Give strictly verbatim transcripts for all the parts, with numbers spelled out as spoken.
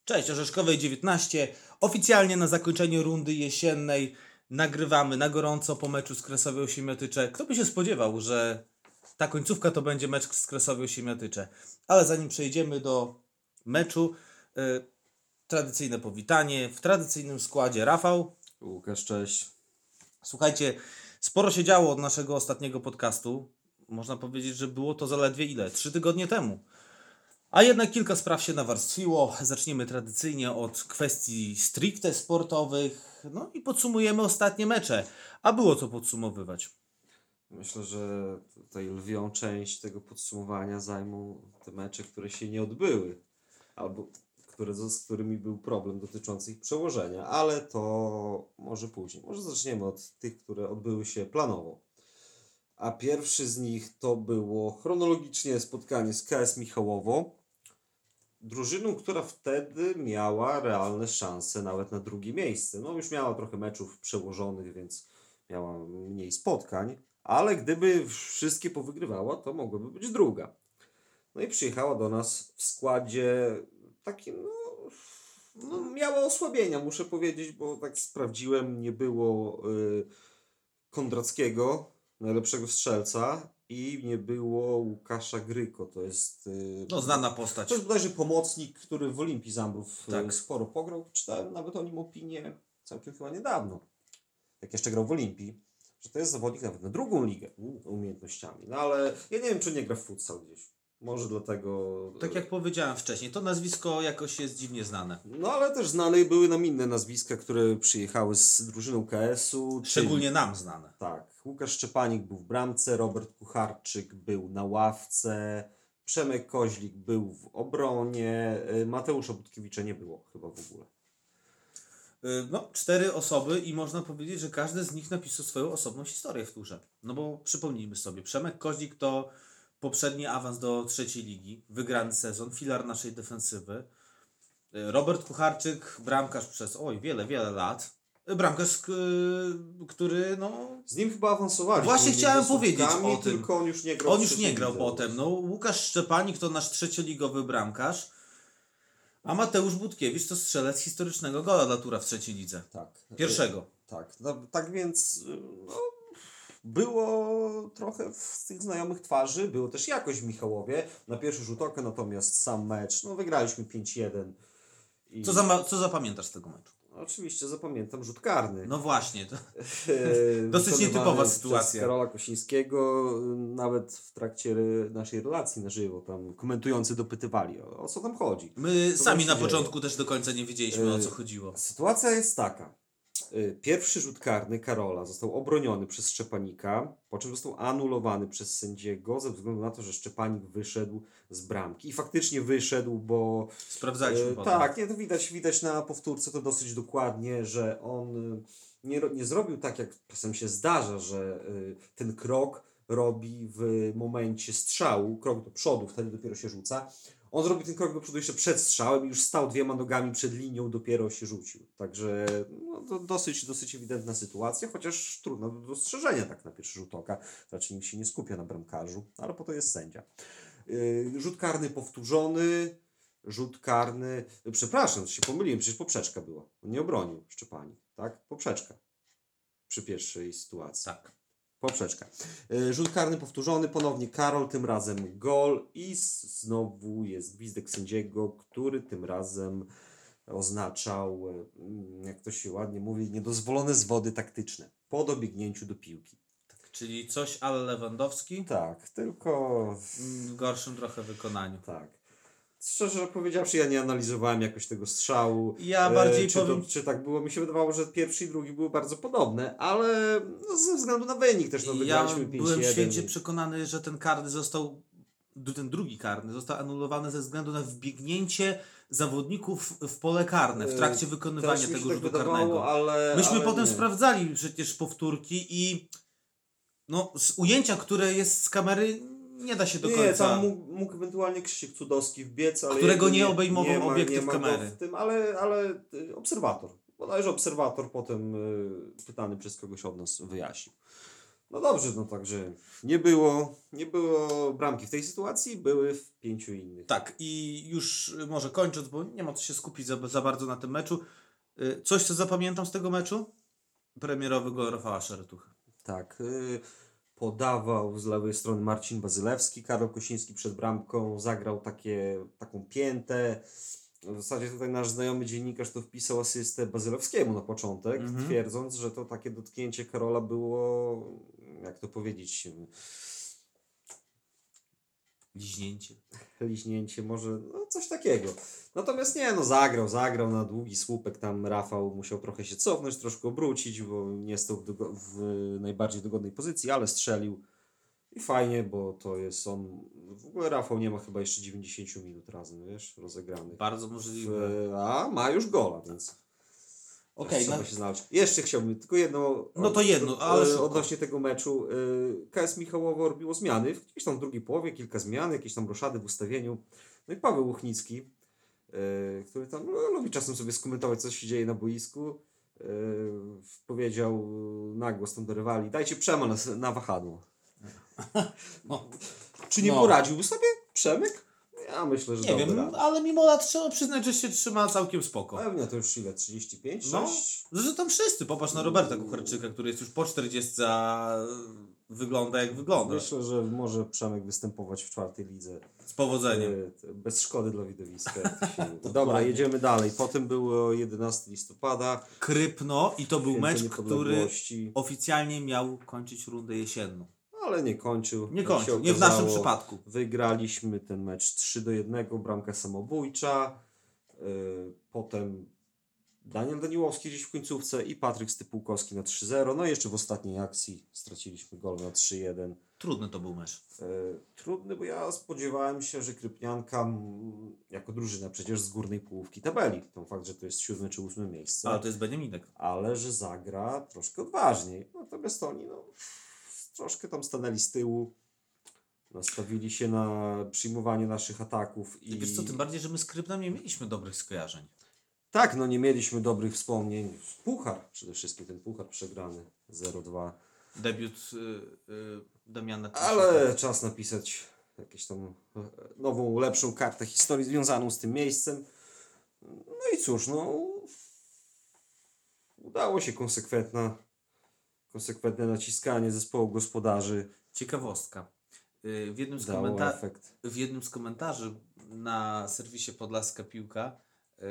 Cześć, Orzeszkowej dziewiętnaście. Oficjalnie na zakończenie rundy jesiennej nagrywamy na gorąco po meczu z Kresowią Siemiatycze. Kto by się spodziewał, że ta końcówka to będzie mecz z Kresowią Siemiatycze. Ale zanim przejdziemy do meczu, yy, tradycyjne powitanie. W tradycyjnym składzie Rafał. Łukasz, cześć. Słuchajcie, sporo się działo od naszego ostatniego podcastu. Można powiedzieć, że było to zaledwie ile? Trzy tygodnie temu. A jednak kilka spraw się nawarstwiło. Zaczniemy tradycyjnie od kwestii stricte sportowych. No i podsumujemy ostatnie mecze. A było co podsumowywać. Myślę, że tutaj lwią część tego podsumowania zajmą te mecze, które się nie odbyły. Albo które, z którymi był problem dotyczący ich przełożenia. Ale to może później. Może zaczniemy od tych, które odbyły się planowo. A pierwszy z nich to było chronologicznie spotkanie z K S Michałowo. Drużyną, która wtedy miała realne szanse nawet na drugie miejsce. No już miała trochę meczów przełożonych, więc miała mniej spotkań. Ale gdyby wszystkie powygrywała, to mogłaby być druga. No i przyjechała do nas w składzie takim, no, no miała osłabienia, muszę powiedzieć, bo tak sprawdziłem, nie było y, Kondrackiego, najlepszego strzelca, i nie było Łukasza Gryko. To jest y, No znana postać. To jest bodajże pomocnik, który w Olimpii Zambrów Tak. sporo pograł. Czytałem nawet o nim opinię całkiem chyba niedawno, jak jeszcze grał w Olimpii, że to jest zawodnik nawet na drugą ligę umiejętnościami. No ale ja nie wiem, czy nie gra w futsal gdzieś. Może dlatego... Tak jak powiedziałem wcześniej, to nazwisko jakoś jest dziwnie znane. No ale też znane były nam inne nazwiska, które przyjechały z drużyną K S u. Szczególnie czyli... nam znane. Tak. Łukasz Szczepanik był w bramce, Robert Kucharczyk był na ławce, Przemek Koźlik był w obronie, Mateusza Budkiewicza nie było chyba w ogóle. No, cztery osoby i można powiedzieć, że każdy z nich napisał swoją osobną historię w turze. No bo przypomnijmy sobie, Przemek Koźlik to poprzedni awans do trzeciej ligi, wygrany sezon, filar naszej defensywy. Robert Kucharczyk, bramkarz przez oj, wiele, wiele lat. Bramkarz, który no... Z nim chyba awansowali. Właśnie chciałem powiedzieć o tym. Tylko on już nie grał. On już nie grał potem. No, Łukasz Szczepanik to nasz trzecioligowy bramkarz, a Mateusz Budkiewicz to strzelec historycznego gola dla Tura w trzeciej lidze. Tak. Pierwszego. Tak, no, tak więc no, było trochę z tych znajomych twarzy, było też jakoś w Michałowie. Na pierwszy rzut oka, natomiast sam mecz, no wygraliśmy pięć jeden. I... Co, za, co zapamiętasz z tego meczu? Oczywiście zapamiętam rzut karny. No właśnie, to dosyć nietypowa sytuacja. Przez Karola Kosińskiego, nawet w trakcie naszej relacji na żywo, tam komentujący dopytywali, o, o co tam chodzi. My co sami na dzieje. początku też do końca nie wiedzieliśmy, o co chodziło. Sytuacja jest taka. Pierwszy rzut karny Karola został obroniony przez Szczepanika, po czym został anulowany przez sędziego ze względu na to, że Szczepanik wyszedł z bramki. I faktycznie wyszedł, bo... Sprawdzaliśmy e, potem. Tak, nie, to widać, widać na powtórce to dosyć dokładnie, że on nie, nie zrobił tak, jak czasem się zdarza, że y, ten krok robi w momencie strzału, krok do przodu, wtedy dopiero się rzuca. On zrobił ten krok do przodu jeszcze przed strzałem i już stał dwiema nogami przed linią, dopiero się rzucił. Także no, to dosyć, dosyć ewidentna sytuacja, chociaż trudna do dostrzeżenia tak na pierwszy rzut oka. Raczej nikt się nie skupia na bramkarzu, ale po to jest sędzia. Yy, rzut karny powtórzony, rzut karny... Przepraszam, się pomyliłem, przecież poprzeczka była. On nie obronił Szczepanik, tak? Poprzeczka przy pierwszej sytuacji. Tak. Poprzeczka. Rzut karny powtórzony, ponownie Karol, tym razem gol i znowu jest gwizdek sędziego, który tym razem oznaczał, jak to się ładnie mówi, niedozwolone zwody taktyczne po dobiegnięciu do piłki. Tak, czyli coś ale Lewandowski? Tak, tylko w gorszym trochę wykonaniu. Tak. Szczerze powiedziawszy, ja nie analizowałem jakoś tego strzału. Ja bardziej e, czy, powiem... to, czy tak było? Mi się wydawało, że pierwszy i drugi były bardzo podobne, ale no, ze względu na wynik też no, wygraliśmy pięć jeden. Ja byłem święcie przekonany, że ten karny został, ten drugi karny został anulowany ze względu na wbiegnięcie zawodników w pole karne w trakcie wykonywania tego tak rzutu wydawało, karnego. ale, Myśmy ale potem nie. sprawdzali przecież powtórki i no, z ujęcia, które jest z kamery, nie da się do końca... Nie, tam mógł, mógł ewentualnie Krzysiek Cudowski wbiec, ale... Którego nie nie obejmował nie ma, obiektyw nie ma kamery. W tym, ale, ale obserwator. Bodajże obserwator potem y, pytany przez kogoś od nas wyjaśnił. No dobrze, no także nie było, nie było bramki w tej sytuacji, były w pięciu innych. Tak, i już może kończąc, bo nie ma co się skupić za, za bardzo na tym meczu. Y, Coś, co zapamiętam z tego meczu? Premierowy gol Rafała Szeretuchy. Tak, y, podawał z lewej strony Marcin Bazylewski, Karol Kosiński przed bramką zagrał takie, taką piętę. W zasadzie tutaj nasz znajomy dziennikarz to wpisał asystę Bazylewskiemu na początek, Mhm. twierdząc, że to takie dotknięcie Karola było, jak to powiedzieć, Liźnięcie. liźnięcie może, no coś takiego. Natomiast nie, no zagrał, zagrał na długi słupek, tam Rafał musiał trochę się cofnąć, troszkę obrócić, bo nie stał w, dogo- w najbardziej dogodnej pozycji, ale strzelił i fajnie, bo to jest on, w ogóle Rafał nie ma chyba jeszcze dziewięćdziesiąt minut razem, wiesz, rozegranych. Bardzo możliwe. W, a ma już gola, więc Okej, trzeba no, się znaleźć. Jeszcze chciałbym tylko jedno, No to jedno, od- ale e, szybko. odnośnie tego meczu. y, K S Michałowo robiło zmiany, gdzieś tam w drugiej połowie, kilka zmian, jakieś tam roszady w ustawieniu. No i Paweł Łuchnicki, y, który tam no, lubi czasem sobie skomentować, co się dzieje na boisku, y, powiedział na głos tam do rywali: dajcie Przema na, na wahadło. no, Czy nie No. poradziłby sobie Przemek? Ja myślę, że nie dałby wiem, radę. ale mimo lat trzeba przyznać, że się trzyma całkiem spoko. Pewnie to już ile? trzydzieści pięć? No, sześć? zresztą wszyscy. Popatrz na Roberta Kucharczyka, który jest już po czterdziestce, a wygląda jak wygląda. Myślę, że może Przemek występować w czwartej lidze. Z powodzeniem. E, Bez szkody dla widowiska. jak to się mówi. Dobra, Dokładnie. jedziemy dalej. Potem było jedenastego listopada. Krypno i to był Święto mecz, który Niepodległości, oficjalnie miał kończyć rundę jesienną. ale nie kończył. Nie Jak kończył, się nie w naszym okazało, przypadku. Wygraliśmy ten mecz trzy do jednego, bramka samobójcza. E, Potem Daniel Daniłowski gdzieś w końcówce i Patryk Stypułkowski na trzy zero. No i jeszcze w ostatniej akcji straciliśmy gol na trzy jeden. Trudny to był mecz. E, Trudny, bo ja spodziewałem się, że Krypnianka m, jako drużyna przecież z górnej połówki tabeli, ten fakt, że to jest siódme czy ósme miejsce, Ale to jest Beniaminek. ale że zagra troszkę odważniej. Natomiast oni no, troszkę tam stanęli z tyłu, nastawili się na przyjmowanie naszych ataków i I wiesz co, tym bardziej, że my z Krypnem nie mieliśmy dobrych skojarzeń. tak, no nie mieliśmy dobrych wspomnień. Puchar przede wszystkim, ten puchar przegrany zero dwa. Debiut y, y, Damiana Krzysiaka. Ale czas napisać jakąś tam e, nową, lepszą kartę historii związaną z tym miejscem. No i cóż, no udało się konsekwentna, konsekwentne naciskanie zespołu gospodarzy. Ciekawostka. Y, W jednym, z Dało komenta- efekt. w jednym z komentarzy na serwisie Podlaska Piłka yy,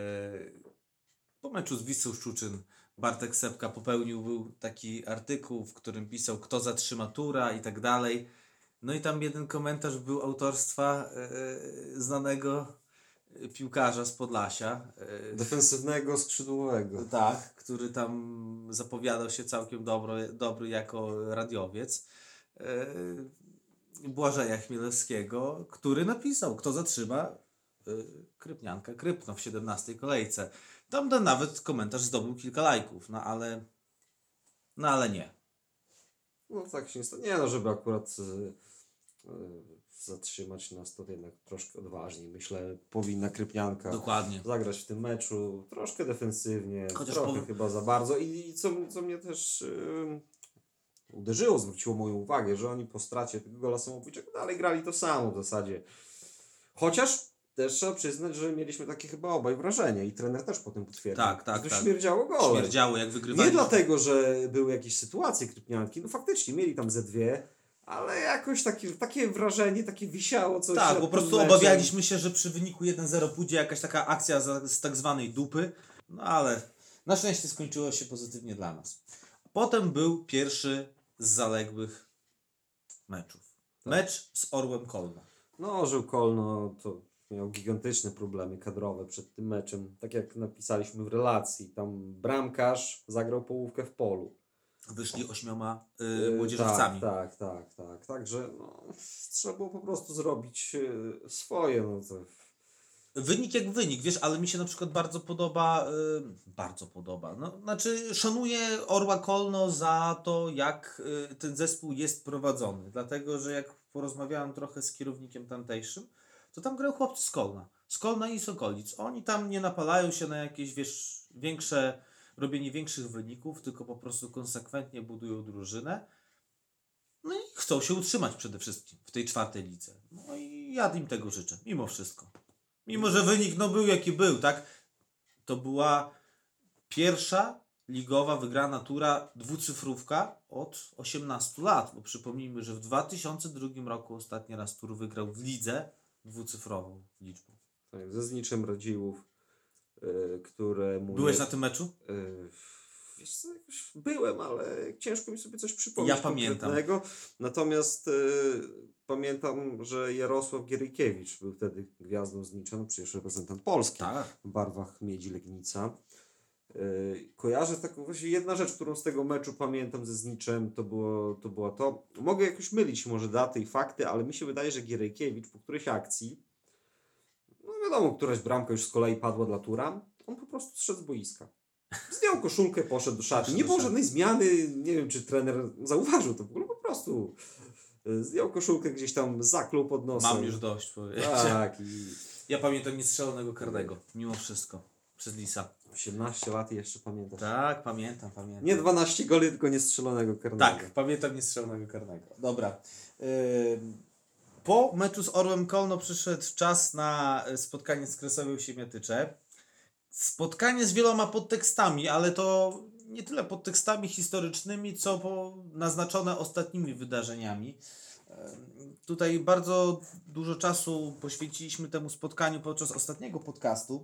po meczu z Wisłą Szczuczyn Bartek Sepka popełnił był taki artykuł, w którym pisał, kto zatrzyma Tura i tak dalej. No i tam jeden komentarz był autorstwa yy, znanego piłkarza z Podlasia. Yy, Defensywnego skrzydłowego. tak, który tam zapowiadał się całkiem dobro, dobry jako radiowiec. Yy, Błażeja Chmielewskiego, który napisał, kto zatrzyma yy, Krypniankę Krypno w siedemnastej kolejce. Tam ten nawet komentarz zdobył kilka lajków, no ale no ale nie. No tak się nie stało. Nie no, żeby akurat y, y, zatrzymać nas, to jednak troszkę odważniej. Myślę, powinna Krypnianka Dokładnie. zagrać w tym meczu troszkę defensywnie, Chociaż trochę powiem- chyba za bardzo. I, i co, co mnie też yy, uderzyło, zwróciło moją uwagę, że oni po stracie tego gola samobójczego dalej grali to samo w zasadzie. Chociaż też trzeba przyznać, że mieliśmy takie chyba obaj wrażenie i trener też potem potwierdził. Tak, tak, że to tak. śmierdziało golem. Śmierdziało jak wygrywali. Nie dlatego, że były jakieś sytuacje Krypnianki, no faktycznie mieli tam ze dwie, ale jakoś takie, takie wrażenie, takie wisiało coś. Tak, nad po tym prostu meczem. obawialiśmy się, że przy wyniku jeden zero pójdzie jakaś taka akcja za, z tak zwanej dupy, no ale na szczęście skończyło się pozytywnie dla nas. Potem był pierwszy z zaległych meczów. Mecz z Orłem Kolno. No, Orzeł Kolno to miał gigantyczne problemy kadrowe przed tym meczem. Tak jak napisaliśmy w relacji, tam bramkarz zagrał połówkę w polu. Wyszli ośmioma y, Yy, młodzieżowcami. Tak, tak, tak, tak. Także no, trzeba było po prostu zrobić yy, swoje. No, to... Wynik jak wynik, wiesz, ale mi się na przykład bardzo podoba, y, bardzo podoba, no, znaczy szanuję Orła Kolno za to, jak y, ten zespół jest prowadzony, dlatego, że jak porozmawiałem trochę z kierownikiem tamtejszym, to tam grają chłopcy z Kolna, z Kolna i z okolic, oni tam nie napalają się na jakieś, wiesz, większe, robienie większych wyników, tylko po prostu konsekwentnie budują drużynę No i chcą się utrzymać przede wszystkim w tej czwartej lidze. No i ja im tego życzę, mimo wszystko. Mimo, że wynik no był jaki był, tak? To była pierwsza ligowa wygrana tura dwucyfrówka od osiemnastu lat, bo przypomnijmy, że w dwa tysiące drugim roku ostatni raz tur wygrał w lidze dwucyfrową liczbą. Tak, ze Zniczem Radziłów, yy, które mu... Byłeś nie... na tym meczu? Yy, wiesz co, jakoś byłem, ale ciężko mi sobie coś przypomnieć Ja pamiętam. konkretnego. Natomiast yy, pamiętam, że Jarosław Gierykiewicz był wtedy gwiazdą Znicza, no przecież reprezentant Polski Tak. w barwach Miedzi Legnica. Yy, kojarzę taką właśnie jedna rzecz, którą z tego meczu pamiętam ze Zniczem, to było, to było to. Mogę jakoś mylić może daty i fakty, ale mi się wydaje, że Gierykiewicz po którejś akcji, no wiadomo, któraś bramka już z kolei padła dla Tura, on po prostu zszedł z boiska. Zdjął koszulkę, poszedł do szatni. Nie było żadnej zmiany, nie wiem czy trener zauważył to w ogóle, po prostu zdjął koszulkę, gdzieś tam zaklął pod nosem. Mam już dość, powiedzieć. Tak. I... Ja pamiętam niestrzelonego karnego, mimo wszystko, przez Lisa. osiemnaście lat i jeszcze pamiętasz. Tak, pamiętam, pamiętam. Nie dwanaście goli, tylko niestrzelonego karnego. Tak, pamiętam niestrzelonego karnego. Dobra. Yy, po meczu z Orłem Kolno przyszedł czas na spotkanie z Kresowią Siemiatycze. Spotkanie z wieloma podtekstami, ale to nie tyle podtekstami historycznymi, co po naznaczone ostatnimi wydarzeniami. Yy, tutaj bardzo dużo czasu poświęciliśmy temu spotkaniu podczas ostatniego podcastu.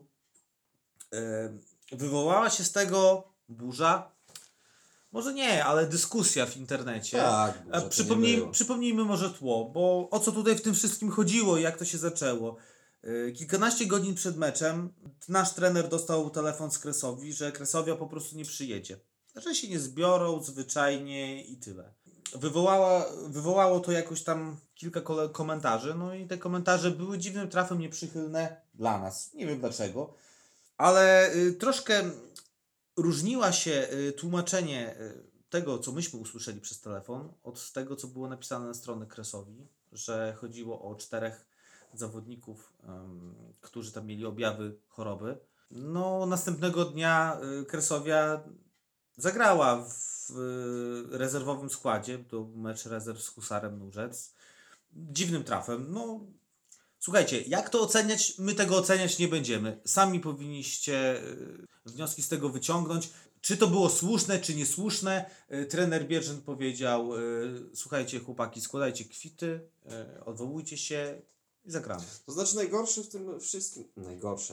Yy, wywołała się z tego burza. Może nie, ale dyskusja w internecie. Tak, A przypomnij, przypomnijmy może tło, bo o co tutaj w tym wszystkim chodziło i jak to się zaczęło. Yy, kilkanaście godzin przed meczem nasz trener dostał telefon z Kresowi, że Kresowia po prostu nie przyjedzie. Że się nie zbiorą zwyczajnie i tyle. Wywołała, wywołało to jakoś tam kilka kole- komentarzy, no i te komentarze były dziwnym trafem nieprzychylne dla nas. Nie wiem dlaczego, ale y, troszkę różniła się y, tłumaczenie y, tego, co myśmy usłyszeli przez telefon, od tego, co było napisane na stronie Kresowi, że chodziło o czterech zawodników, um, którzy tam mieli objawy choroby. No, następnego dnia y, Kresowia zagrała w y, rezerwowym składzie, to był mecz rezerw z Husarem Nurzec. Dziwnym trafem. No, słuchajcie, jak to oceniać? My tego oceniać nie będziemy. Sami powinniście y, wnioski z tego wyciągnąć. Czy to było słuszne, czy niesłuszne? Y, trener Bierzyn powiedział, y, słuchajcie chłopaki, składajcie kwity, y, odwołujcie się i zagramy. To znaczy najgorsze w tym wszystkim, najgorsze,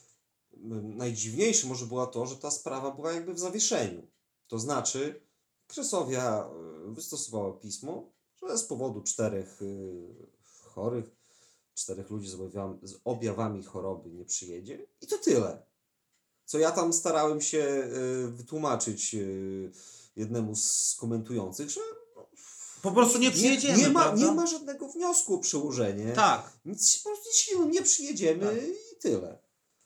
najdziwniejsze może było to, że ta sprawa była jakby w zawieszeniu. To znaczy Kresowia wystosowała pismo, że z powodu czterech chorych, czterech ludzi z objawami, z objawami choroby nie przyjedzie i to tyle. Co ja tam starałem się wytłumaczyć jednemu z komentujących, że po prostu nie przyjedziemy, Nie, nie, ma, prawda? nie ma żadnego wniosku o przełożenie. Tak. Nic, po prostu nie przyjedziemy Tak. i tyle.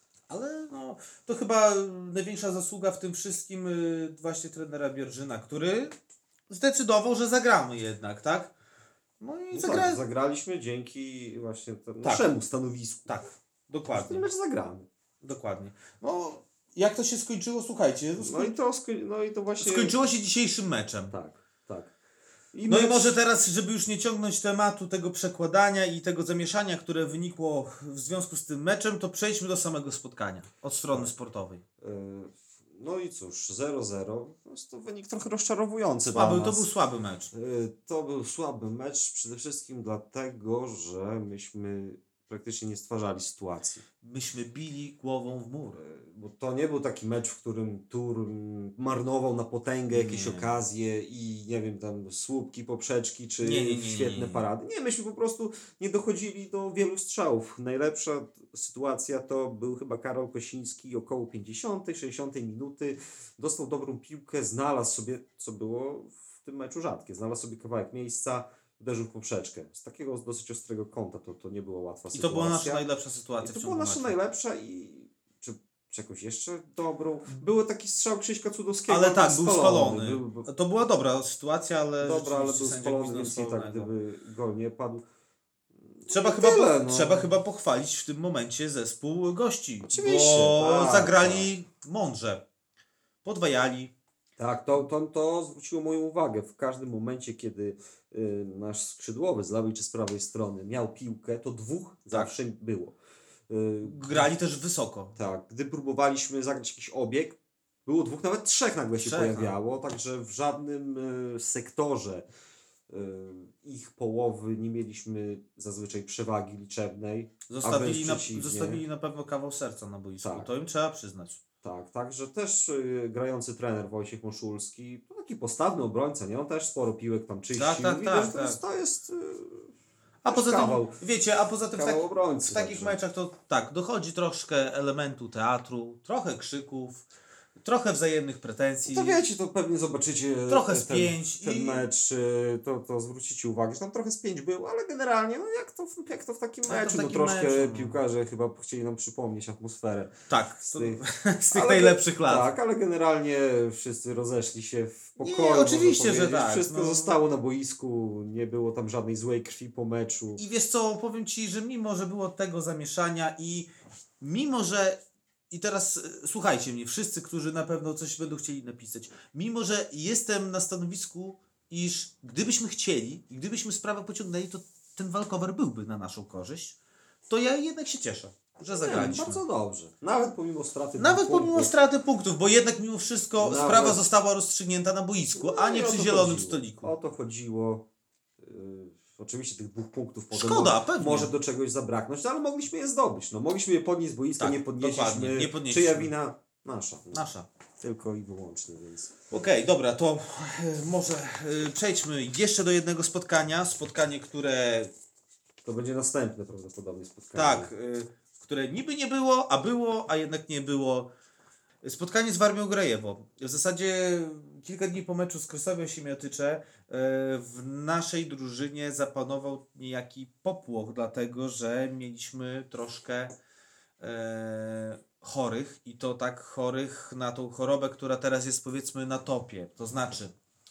Ale no, to chyba największa zasługa w tym wszystkim y, właśnie trenera Bierżyna, który zdecydował, że zagramy jednak, tak? No i No zagra... tak, zagraliśmy dzięki właśnie temu Tak. naszemu stanowisku. Tak, Ten dokładnie. mecz zagramy. Dokładnie. No, jak to się skończyło? Słuchajcie. No i to, sko- no i to właśnie... Skończyło się dzisiejszym meczem. Tak, tak. I No mecz... i może teraz, żeby już nie ciągnąć tematu tego przekładania i tego zamieszania, które wynikło w związku z tym meczem, to przejdźmy do samego spotkania od strony Tak. sportowej. Yy, No i cóż, zero zero. Jest to wynik trochę rozczarowujący Słaby, dla to nas. był słaby mecz. Yy, To był słaby mecz przede wszystkim dlatego, że myśmy praktycznie nie stwarzali sytuacji. Myśmy bili głową w mur. Yy, Bo to nie był taki mecz, w którym Tur mm, marnował na potęgę jakieś Nie. okazje i nie wiem, tam słupki, poprzeczki czy Nie, nie, nie, świetne nie, nie. parady. Nie, myśmy po prostu nie dochodzili do wielu strzałów. Najlepsza sytuacja to był chyba Karol Kosiński około pięćdziesiątej, sześćdziesiątej minuty. Dostał dobrą piłkę, znalazł sobie, co było w tym meczu rzadkie, znalazł sobie kawałek miejsca, uderzył w poprzeczkę. Z takiego dosyć ostrego kąta to, to nie była łatwa I sytuacja. to była nasza najlepsza sytuacja I w to ciągu była nasza meczu. najlepsza i czy, czy jakąś jeszcze dobrą. Był taki strzał Krzyśka Cudowskiego. Ale tak, był był spalony. Był, był, To była dobra sytuacja, ale dobra, ale był rzeczywiście sędzia spalony, gwizdnął więc i tak spalonego. gdyby gol nie padł. Trzeba, No chyba, tyle, po, no. trzeba chyba pochwalić w tym momencie zespół gości. Oczywiście, Bo tak, zagrali mądrze. Podwajali. Tak, to, to, to zwróciło moją uwagę. W każdym momencie, kiedy y, nasz skrzydłowy z lewej czy z prawej strony miał piłkę, to dwóch zawsze było. Y, Grali też wysoko. tak, gdy próbowaliśmy zagrać jakiś obieg, było dwóch, nawet trzech nagle się Trzech, pojawiało, także w żadnym y, sektorze y, ich połowy nie mieliśmy zazwyczaj przewagi liczebnej. Zostawili, a na, przeciwnie. zostawili na pewno kawał serca na boisku. Tak. To im trzeba przyznać. Tak, także też y, grający trener Wojciech Moszulski, to taki postawny obrońca, nie? On też sporo piłek tam czyścił. Tak, tak, Widać, tak, że to tak. jest, to jest y, A poza kawał, tym, wiecie, a poza tym w, kawał tak, obrońcy. w takich także. meczach to tak, dochodzi troszkę elementu teatru, trochę krzyków, trochę wzajemnych pretensji. To wiecie, to pewnie zobaczycie Trochę ten, spięć ten i- mecz, y, to, to zwrócicie uwagę, że tam trochę spięć było, ale generalnie, no jak to, w- jak to w takim Ale to w meczu, no takim troszkę meczu, no. piłkarze chyba chcieli nam przypomnieć atmosferę Tak, z to, tych, z tych ale- najlepszych lat. Tak, ale generalnie wszyscy rozeszli się w pokoju. Nie, można oczywiście, że powiedzieć. tak, Wszystko no. zostało na boisku, nie było tam żadnej złej krwi po meczu. I wiesz co, powiem Ci, że mimo, że było tego zamieszania i mimo, że i teraz e, słuchajcie mnie, wszyscy, którzy na pewno coś będą chcieli napisać, mimo, że jestem na stanowisku, iż gdybyśmy chcieli i gdybyśmy sprawę pociągnęli, to ten walkover byłby na naszą korzyść, to ja jednak się cieszę, że Nie, zagraliśmy. bardzo dobrze. Nawet pomimo straty Nawet dwóch pomimo punktów. straty punktów, bo jednak mimo wszystko Nawet- sprawa została rozstrzygnięta na boisku, a No i nie o przy to zielonym chodziło. stoliku. O to chodziło. Yy, oczywiście tych dwóch punktów potem Szkoda, mo- pewnie. może do czegoś zabraknąć, no, ale mogliśmy je zdobyć. No, mogliśmy je podnieść z boiska, Tak, nie podnieśliśmy. dokładnie, nie podnieśliśmy. Czyja wina? Nasza. No. Nasza. Tylko i wyłącznie, więc... Okej, dobra, to e, może e, przejdźmy jeszcze do jednego spotkania. Spotkanie, które To będzie następne prawdopodobnie spotkanie. tak, e, które niby nie było, a było, a jednak nie było. Spotkanie z Warmią Grajewo. W zasadzie kilka dni po meczu z Krosowem Siemiatycze e, w naszej drużynie zapanował niejaki popłoch, dlatego że mieliśmy troszkę e, chorych i to tak chorych na tą chorobę, która teraz jest powiedzmy na topie. To znaczy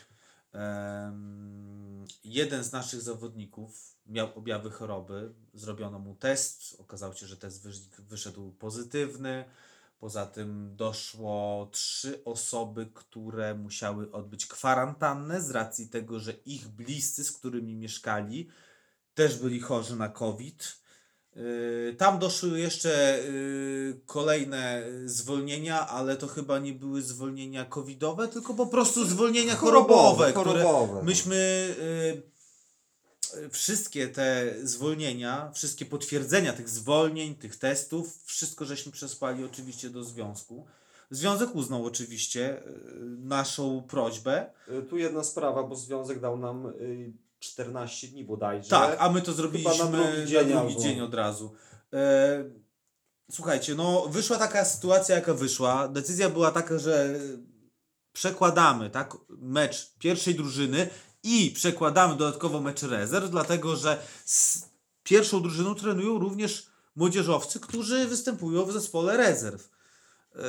em, jeden z naszych zawodników miał objawy choroby, zrobiono mu test, okazało się, że test wysz- wyszedł pozytywny. Poza tym doszło trzy osoby, które musiały odbyć kwarantannę z racji tego, że ich bliscy, z którymi mieszkali, też byli chorzy na COVID. Yy, Tam doszły jeszcze yy, kolejne zwolnienia, ale to chyba nie były zwolnienia covidowe, tylko po prostu zwolnienia chorobowe, które chorobowe. myśmy yy, yy, wszystkie te zwolnienia, wszystkie potwierdzenia tych zwolnień, tych testów, wszystko żeśmy przesłali oczywiście do związku. Związek uznał oczywiście yy, naszą prośbę. Y, Tu jedna sprawa, bo związek dał nam y, czternaście dni bodajże. Tak, a my to zrobiliśmy Chyba na na drugi drugi dzień, dzień na drugi albo- dzień od razu. E, słuchajcie, no wyszła taka sytuacja, jaka wyszła. Decyzja była taka, że przekładamy tak, mecz pierwszej drużyny i przekładamy dodatkowo mecz rezerw, dlatego że z pierwszą drużyną trenują również młodzieżowcy, którzy występują w zespole rezerw. E,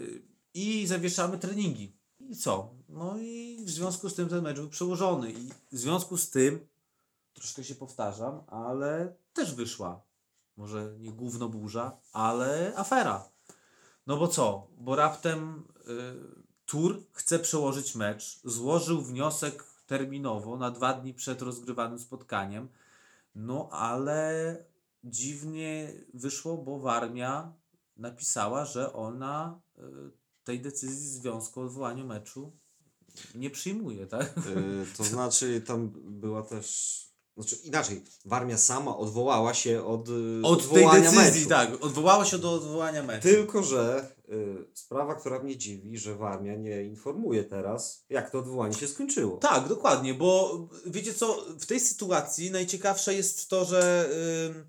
I zawieszamy treningi. I co? No i w związku z tym ten mecz był przełożony. I w związku z tym, troszkę się powtarzam, ale też wyszła. Może nie gówno burza, ale afera. No bo co? Bo raptem y, Tur chce przełożyć mecz, złożył wniosek terminowo na dwa dni przed rozgrywanym spotkaniem. No ale dziwnie wyszło, bo Warmia napisała, że ona y, tej decyzji związku o odwołaniu meczu nie przyjmuje, tak? Y, to znaczy tam była też... Znaczy inaczej, Warmia sama odwołała się od, y, Od tej odwołania decyzji, meczu. tak. Odwołała się do odwołania meczu. Tylko, że y, sprawa, która mnie dziwi, że Warmia nie informuje teraz, jak to odwołanie się skończyło. Tak, dokładnie, bo wiecie co, w tej sytuacji najciekawsze jest to, że ym,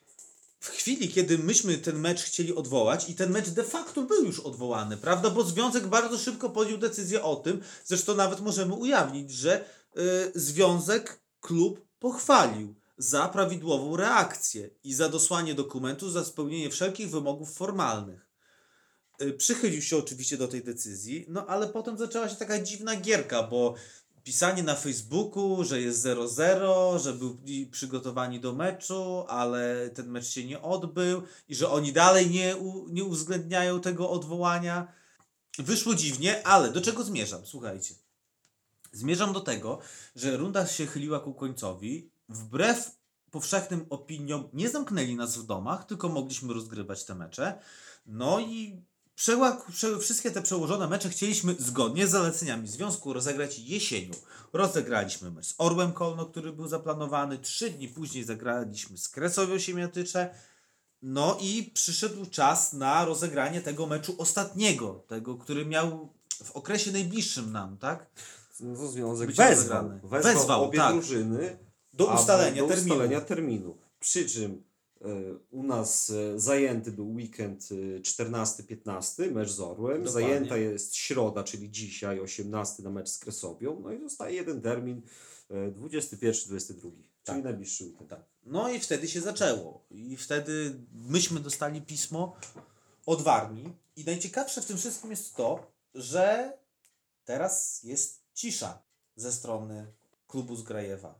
w chwili, kiedy myśmy ten mecz chcieli odwołać i ten mecz de facto był już odwołany, prawda, bo Związek bardzo szybko podjął decyzję o tym, zresztą nawet możemy ujawnić, że y, Związek klub pochwalił za prawidłową reakcję i za dosłanie dokumentu, za spełnienie wszelkich wymogów formalnych. Y, Przychylił się oczywiście do tej decyzji, no ale potem zaczęła się taka dziwna gierka, bo pisanie na Facebooku, że jest zero zero, że byli przygotowani do meczu, ale ten mecz się nie odbył i że oni dalej nie, u, nie uwzględniają tego odwołania. Wyszło dziwnie, ale do czego zmierzam? Słuchajcie. Zmierzam do tego, że runda się chyliła ku końcowi. Wbrew powszechnym opiniom nie zamknęli nas w domach, tylko mogliśmy rozgrywać te mecze. No i przeła, prze, wszystkie te przełożone mecze chcieliśmy zgodnie z zaleceniami związku rozegrać jesienią. Rozegraliśmy mecz z Orłem Kolno, który był zaplanowany. Trzy dni później zagraliśmy z Kresowią Siemiatycze. No i przyszedł czas na rozegranie tego meczu ostatniego, tego, który miał w okresie najbliższym nam, tak? No to związek Być wezwał, rozegrany. wezwał, Wezwał, obie tak. drużyny Do aby- ustalenia do terminu. ustalenia terminu. Przy czym e, u nas e, zajęty był weekend e, czternasty piętnasty, mecz z Orłem. Dokładnie. Zajęta jest środa, czyli dzisiaj, osiemnasty na mecz z Kresowią. No i zostaje jeden termin, e, dwudziesty pierwszy dwudziesty drugi, czyli Tak. najbliższy weekend. Tak. No i wtedy się zaczęło. I wtedy myśmy dostali pismo od Warmii. I najciekawsze w tym wszystkim jest to, że teraz jest cisza ze strony klubu z Grajewa.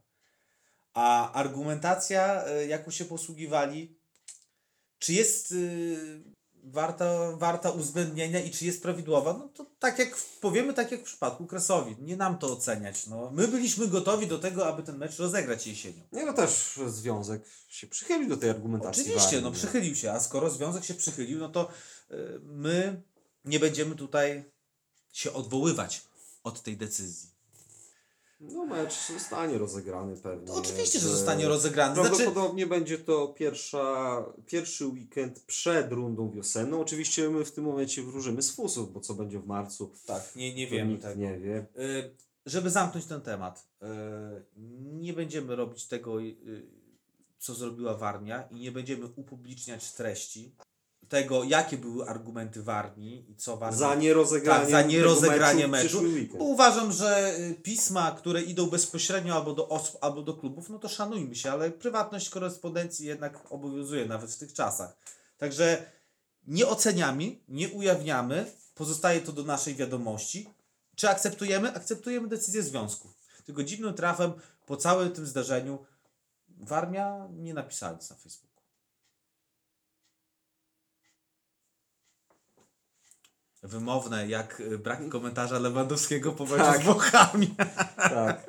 A argumentacja, y, jaką się posługiwali, czy jest y, warta, warta uwzględnienia i czy jest prawidłowa, no to tak jak powiemy, tak jak w przypadku Kresowi. Nie nam to oceniać. No. My byliśmy gotowi do tego, aby ten mecz rozegrać jesienią. Nie, no też związek się przychylił do tej argumentacji. Oczywiście, Warmii, no nie? przychylił się, a skoro związek się przychylił, no to y, my nie będziemy tutaj się odwoływać od tej decyzji. No mecz zostanie rozegrany pewnie. To oczywiście, że w- zostanie rozegrany. Znaczy, Prawdopodobnie będzie to pierwsza, pierwszy weekend przed rundą wiosenną. Oczywiście my w tym momencie wróżymy z fusów, bo co będzie w marcu, tak, nie, nie to wiemy nikt tego. nie wie. Y, żeby zamknąć ten temat, y, nie będziemy robić tego, y, co zrobiła Warmia i nie będziemy upubliczniać treści tego, jakie były argumenty Warmii i co Warmia... Za nierozegranie, Tak, za nierozegranie tego meczu. w przyszły weekend. Bo uważam, że y, pisma, które idą bezpośrednio albo do osób, albo do klubów, no to szanujmy się, ale prywatność korespondencji jednak obowiązuje nawet w tych czasach. Także nie oceniamy, nie ujawniamy, pozostaje to do naszej wiadomości. Czy akceptujemy? Akceptujemy decyzję związku. Tylko dziwnym trafem po całym tym zdarzeniu Warmia nie napisała nic na Facebooku. Wymowne, jak y, brak komentarza Lewandowskiego po meczu Tak. z Włochami. Tak.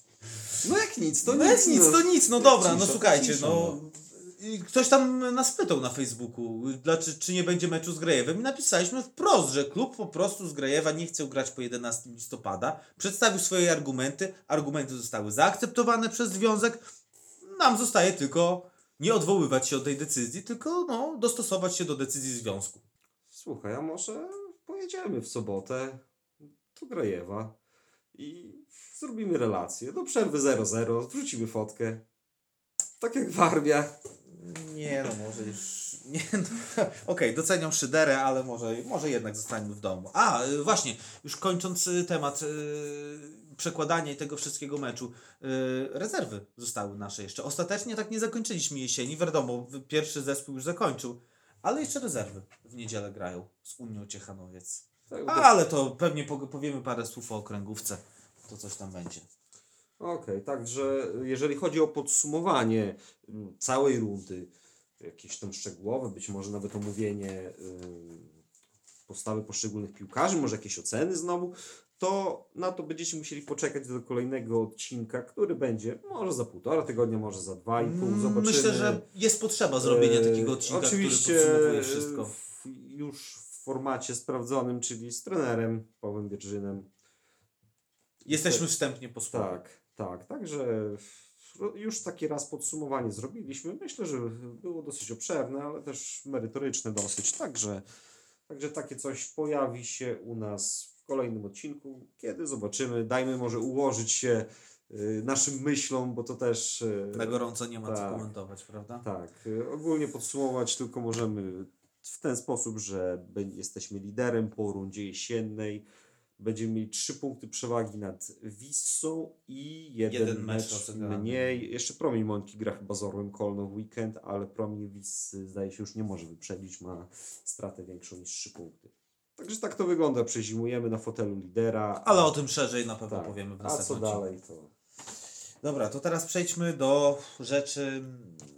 No jak nic, to No nic. jest nic, to nic, no dobra, no Cisza, słuchajcie, cisza, no. I ktoś tam nas pytał na Facebooku, dlaczego, czy nie będzie meczu z Grejewem i napisaliśmy wprost, że klub po prostu z Grejewa nie chciał grać po jedenastego listopada, przedstawił swoje argumenty, argumenty zostały zaakceptowane przez związek, nam zostaje tylko nie odwoływać się od tej decyzji, tylko no, dostosować się do decyzji związku. Słuchaj, a może pojedziemy w sobotę do Grajewa i zrobimy relację. Do przerwy zero zero, wrzucimy fotkę. Tak jak Warmia. Nie no, może już... Nie, no, okej, doceniam szyderę, ale może, może jednak zostańmy w domu. A, y, właśnie, już kończąc y, temat y, przekładania i tego wszystkiego meczu, y, rezerwy zostały nasze jeszcze. Ostatecznie tak nie zakończyliśmy jesieni, wiadomo, pierwszy zespół już zakończył, ale jeszcze rezerwy w niedzielę grają z Unią Ciechanowiec. Tak, Ale to pewnie po- powiemy parę słów o okręgówce, to coś tam będzie. Okej, także jeżeli chodzi o podsumowanie mm, całej rundy, jakieś tam szczegółowe, być może nawet omówienie ym, postawy poszczególnych piłkarzy, może jakieś oceny znowu, to na to będziecie musieli poczekać do kolejnego odcinka, który będzie może za półtora tygodnia, może za dwa i pół. Zobaczymy. Myślę, że jest potrzeba zrobienia E, takiego odcinka, oczywiście który podsumowuje wszystko. w, już w formacie sprawdzonym, czyli z trenerem Pawłem Bierżynem. Jesteśmy wstępnie po słowie. Tak, tak. Także już taki raz podsumowanie zrobiliśmy. Myślę, że było dosyć obszerne, ale też merytoryczne dosyć. Także, także takie coś pojawi się u nas w kolejnym odcinku, kiedy zobaczymy. Dajmy może ułożyć się y, naszym myślom, bo to też... y, Na gorąco nie ma co tak. komentować, prawda? Tak, y, ogólnie podsumować tylko możemy w ten sposób, że be- jesteśmy liderem po rundzie jesiennej. Będziemy mieli trzy punkty przewagi nad Wissą i jeden, Jeden mecz mecz rozegrany. mniej. Jeszcze Promień Mońki gra chyba z Orłem Kolno w weekend, ale Promień Wissy zdaje się już nie może wyprzedzić, ma stratę większą niż trzy punkty. Także tak to wygląda, przezimujemy na fotelu lidera. Ale o tym szerzej na pewno tak. powiemy w A następnym co odcinku. dalej to... Dobra, to teraz przejdźmy do rzeczy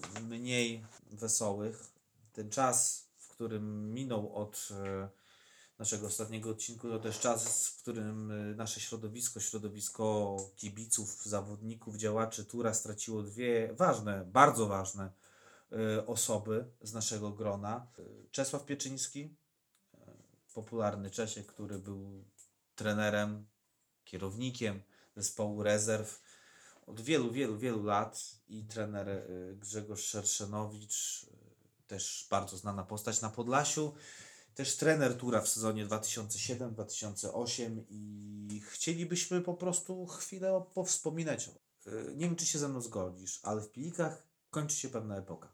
mniej wesołych. Ten czas, w którym minął od e, naszego ostatniego odcinku, to też czas, w którym y, nasze środowisko, środowisko kibiców, zawodników, działaczy Tura straciło dwie ważne, bardzo ważne y, osoby z naszego grona. Y, Czesław Pieczyński, y, popularny Czesiek, który był trenerem, kierownikiem zespołu rezerw od wielu, wielu, wielu lat i trener y, Grzegorz Szerszenowicz, y, też bardzo znana postać na Podlasiu, też trener Tura w sezonie dwa tysiące siódmym dwa tysiące ósmym i chcielibyśmy po prostu chwilę powspominać. Y, Nie wiem, czy się ze mną zgodzisz, ale w Pilikach kończy się pewna epoka.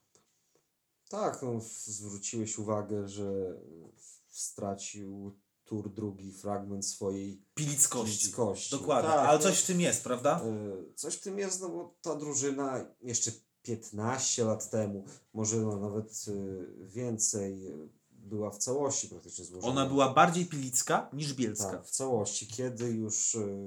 Tak, no, zwróciłeś uwagę, że stracił Tur drugi fragment swojej Pilickości. Pilickości. Dokładnie, Tak, ale no, coś w tym jest, prawda? e, Coś w tym jest, no bo ta drużyna jeszcze piętnaście lat temu, może no, nawet e, więcej, e, była w całości praktycznie złożona. Ona była bardziej pilicka niż bielska. Tak, w całości. Kiedy już y,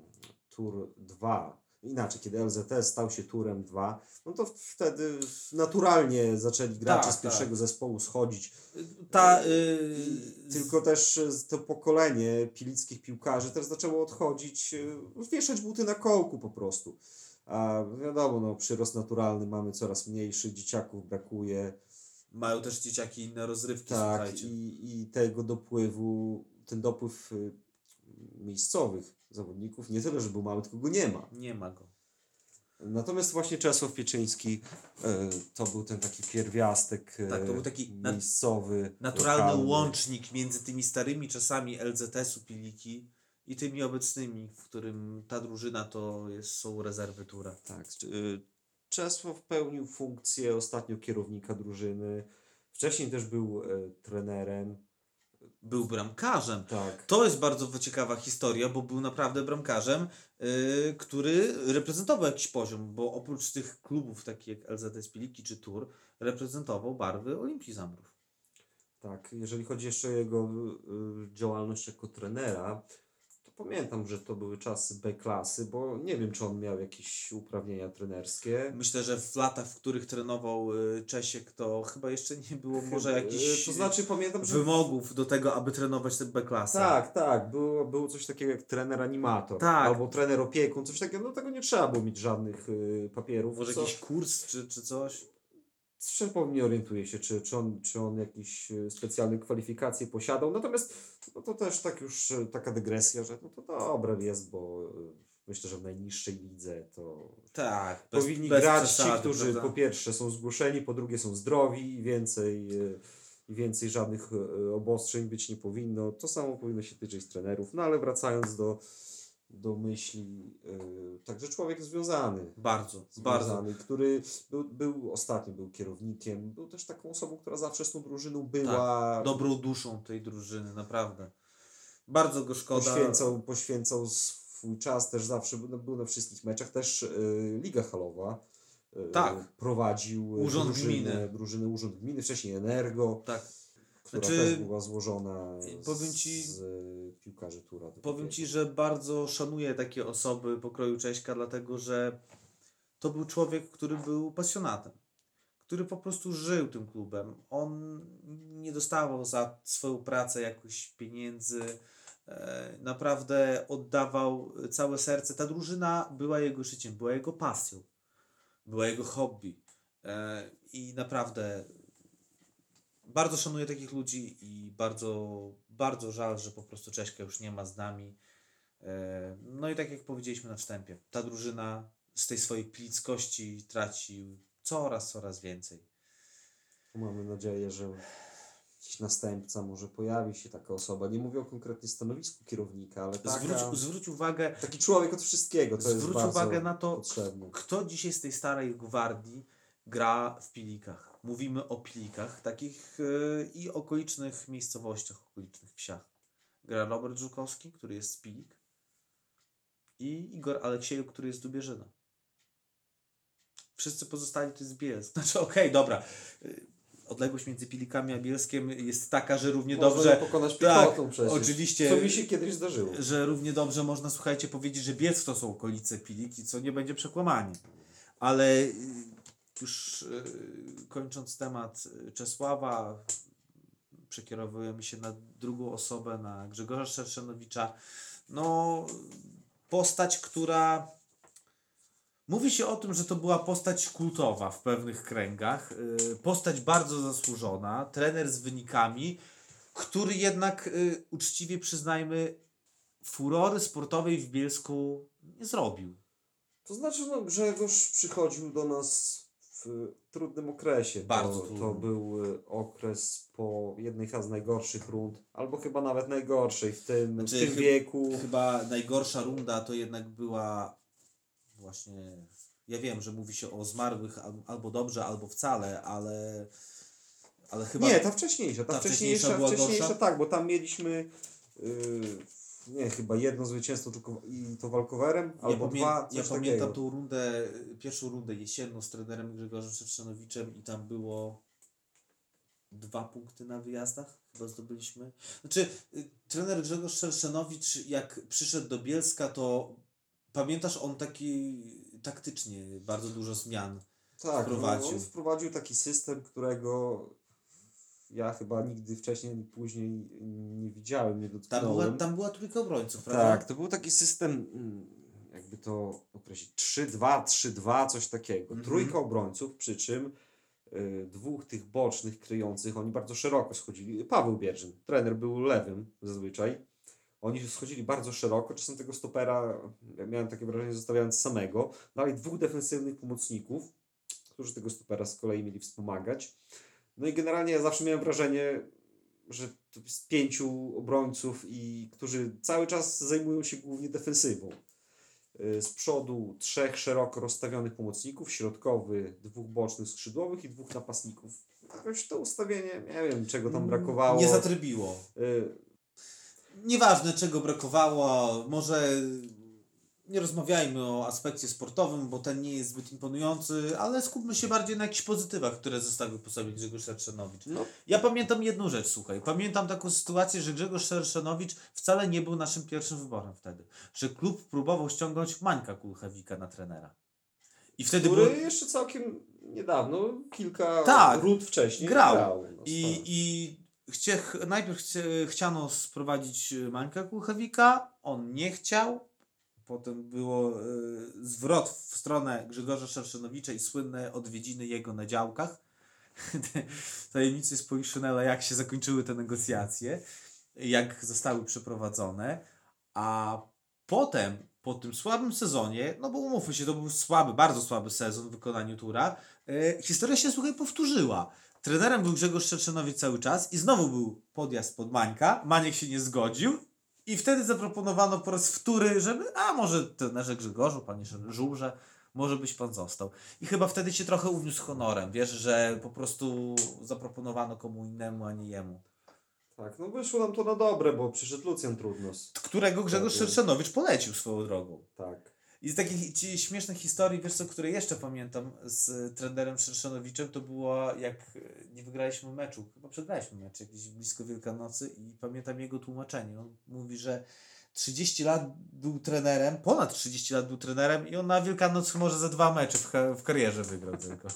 Tur dwa, inaczej, kiedy L Z S stał się Turem dwa, no to wtedy naturalnie zaczęli gracze Tak, z pierwszego tak. zespołu schodzić. Ta, I yy, tylko też y, to pokolenie pilickich piłkarzy też zaczęło odchodzić, y, wieszać buty na kołku po prostu. A wiadomo, no, przyrost naturalny mamy coraz mniejszy, dzieciaków brakuje. Mają też dzieciaki inne rozrywki, Tak, słuchajcie. i, i tego dopływu, ten dopływ y, miejscowych zawodników, nie tyle, że był mały, tylko go nie ma. Nie ma go. Natomiast właśnie Czesław Pieczyński y, to był ten taki pierwiastek y, Tak, to był taki nat- miejscowy, Naturalny lokalny. łącznik między tymi starymi czasami L Z S-u Piliki i tymi obecnymi, w którym ta drużyna to jest, są rezerwy Tura. Tak, y, Czesław pełnił funkcję ostatnio kierownika drużyny. Wcześniej też był y, trenerem. Był bramkarzem. Tak. To jest bardzo ciekawa historia, bo był naprawdę bramkarzem, yy, który reprezentował jakiś poziom, bo oprócz tych klubów takich jak L Z S Piliki czy Tur, reprezentował barwy Olimpii Zambrów. Tak, jeżeli chodzi jeszcze o jego y, działalność jako trenera, to pamiętam, że to były czasy B klasy, bo nie wiem, czy on miał jakieś uprawnienia trenerskie. Myślę, że w latach, w których trenował y, Czesiek, to chyba jeszcze nie było może Chyba, jakichś y, to znaczy pamiętam, że wymogów do tego, aby trenować tę B-klasę. tak, tak, było, było coś takiego jak trener animator, Tak. albo trener opiekun, coś takiego, no tego nie trzeba było mieć żadnych y, papierów. Może co- jakiś kurs czy, czy coś? Szczerze powiem, nie orientuję się, czy, czy, on, czy on jakieś y, specjalne kwalifikacje posiadał. Natomiast no to też tak już y, taka dygresja, że no to dobre jest, bo y, myślę, że w najniższej lidze to Tak. powinni grać ci, którzy po pierwsze są zgłoszeni, po drugie są zdrowi i więcej, y, i więcej żadnych y, obostrzeń być nie powinno. To samo powinno się tyczyć trenerów. No ale wracając do, do myśli, y, także człowiek związany. Bardzo, bardzo. Związany, który był, był ostatnio był kierownikiem, był też taką osobą, która zawsze z tą drużyną była. Dobrą duszą tej drużyny, naprawdę. Bardzo go szkoda. Poświęcał, poświęcał swój czas, też zawsze był, był na wszystkich meczach, też y, Liga Halowa. y, Tak. Prowadził Urząd drużynę, Gminy. drużynę Urząd Gminy, wcześniej Energo, Tak. która Znaczy, też była złożona z, powiem ci- z y, piłkarzy Tura. Powiem Ci, że bardzo szanuję takie osoby pokroju Cześka, dlatego że to był człowiek, który był pasjonatem, który po prostu żył tym klubem. On nie dostawał za swoją pracę jakoś pieniędzy, e, naprawdę oddawał całe serce. Ta drużyna była jego życiem, była jego pasją, była jego hobby e, i naprawdę bardzo szanuję takich ludzi i bardzo, bardzo żal, że po prostu Cześka już nie ma z nami. E, No i tak jak powiedzieliśmy na wstępie, ta drużyna z tej swojej pilickości traci coraz, coraz więcej. Mamy nadzieję, że jakiś następca może pojawi się taka osoba. Nie mówię o konkretnym stanowisku kierownika, ale taka, Zwróć, zwróć uwagę, taki człowiek od wszystkiego. To jest zwróć bardzo uwagę na to, potrzebne. kto dzisiaj z tej starej gwardii gra w Pilikach. Mówimy o Pilikach, takich yy, i okolicznych miejscowościach, okolicznych wsiach. Gra Robert Żukowski, który jest z Pilik, i Igor Aleksiejuk, który jest z Dubierzyna. Wszyscy pozostali to jest Bielsk. Znaczy, okej, dobra. Yy, Odległość między Pilikami a Bielskiem jest taka, że równie Można dobrze... je pokonać piechotą tak, przecież. oczywiście. Co mi się kiedyś zdarzyło. Że równie dobrze można, słuchajcie, powiedzieć, że Bielsk to są okolice Piliki, co nie będzie przekłamanie. Ale y, już y, kończąc temat Czesława, przekierowujemy się na drugą osobę, na Grzegorza Szerszanowicza. No, postać, która... Mówi się o tym, że to była postać kultowa w pewnych kręgach. Yy, postać bardzo zasłużona, trener z wynikami, który jednak, yy, uczciwie przyznajmy, furory sportowej w Bielsku nie zrobił. To znaczy, no, Grzegorz przychodził do nas w trudnym okresie. Bardzo to, trudnym. to był y, okres po jednej z najgorszych rund, albo chyba nawet najgorszej w tym, Znaczy, w tym chy- wieku. Chyba najgorsza runda to jednak była właśnie... Ja wiem, że mówi się o zmarłych al- albo dobrze, albo wcale, ale... ale chyba... Nie, ta wcześniejsza, ta, ta wcześniejsza, wcześniejsza była wcześniejsza gorsza? tak, bo tam mieliśmy yy, nie, chyba jedno zwycięstwo tylko i to walkowerem, Ja, albo pamię- dwa, coś ja takiego. pamiętam tą rundę, pierwszą rundę jesienną z trenerem Grzegorzem Szerszanowiczem i tam było dwa punkty na wyjazdach, chyba zdobyliśmy. Znaczy, y, trener Grzegorz Szerszanowicz, jak przyszedł do Bielska, to pamiętasz, on taki taktycznie bardzo dużo zmian Tak, wprowadził. No, on wprowadził taki system, którego ja chyba nigdy wcześniej ani później nie widziałem, nie Tam dotknąłem. była, tam była trójka obrońców, prawda? Tak, to był taki system, mm, jakby to określić, trzy dwa, trzy dwa, coś takiego. Mhm. Trójka obrońców, przy czym y, dwóch tych bocznych, kryjących, oni bardzo szeroko schodzili. Paweł Bierzyn, trener był lewym zazwyczaj. Oni schodzili bardzo szeroko, czasem tego stopera, ja miałem takie wrażenie, zostawiając samego. Dalej dwóch defensywnych pomocników, którzy tego stopera z kolei mieli wspomagać. No i generalnie ja zawsze miałem wrażenie, że to jest pięciu obrońców, i którzy cały czas zajmują się głównie defensywą. Yy, Z przodu trzech szeroko rozstawionych pomocników, środkowy, dwóch bocznych skrzydłowych i dwóch napastników. Jakoś to ustawienie, nie wiem czego tam brakowało. Nie zatrybiło. Yy, Nieważne czego brakowało, może nie rozmawiajmy o aspekcie sportowym, bo ten nie jest zbyt imponujący, ale skupmy się bardziej na jakichś pozytywach, które zostawił po sobie Grzegorz Szerszanowicz. No, Ja pamiętam jedną rzecz, słuchaj. Pamiętam taką sytuację, że Grzegorz Szerszanowicz wcale nie był naszym pierwszym wyborem wtedy. Że klub próbował ściągnąć Mańka Kulchewika na trenera. I wtedy który było... jeszcze całkiem niedawno, kilka Tak, rund wcześniej grał. grał. No, I, tak. i chcie, najpierw chcie, chciano sprowadzić Mańka Kulchewika, on nie chciał. Potem było y, zwrot w stronę Grzegorza Szerszanowicza i słynne odwiedziny jego na działkach. Tajemnicy z Poliszynela, jak się zakończyły te negocjacje, jak zostały przeprowadzone. A potem, po tym słabym sezonie, no bo umówmy się, to był słaby, bardzo słaby sezon w wykonaniu Tura, y, historia się, słuchaj, powtórzyła. Trenerem był Grzegorz Szerszanowicz cały czas i znowu był podjazd pod Mańka. Maniek się nie zgodził. I wtedy zaproponowano po raz wtóry, żeby, a może trenerze Grzegorzu, panie Żurze, może byś pan został. I chyba wtedy się trochę uniósł honorem, wiesz, że po prostu zaproponowano komu innemu, a nie jemu. Tak, no wyszło nam to na dobre, bo przyszedł Lucjan Trudnos. Którego Grzegorz Tak, Szerszanowicz polecił swoją drogą. Tak. I z takich ci śmiesznych historii, wiesz co, które jeszcze pamiętam z trenerem Szerszanowiczem, to było jak nie wygraliśmy meczu, chyba przegraliśmy mecz jakiś blisko Wielkanocy i pamiętam jego tłumaczenie. On mówi, że trzydzieści lat był trenerem, ponad trzydzieści lat był trenerem i on na Wielkanoc może ze dwa mecze w, w karierze wygrał tylko.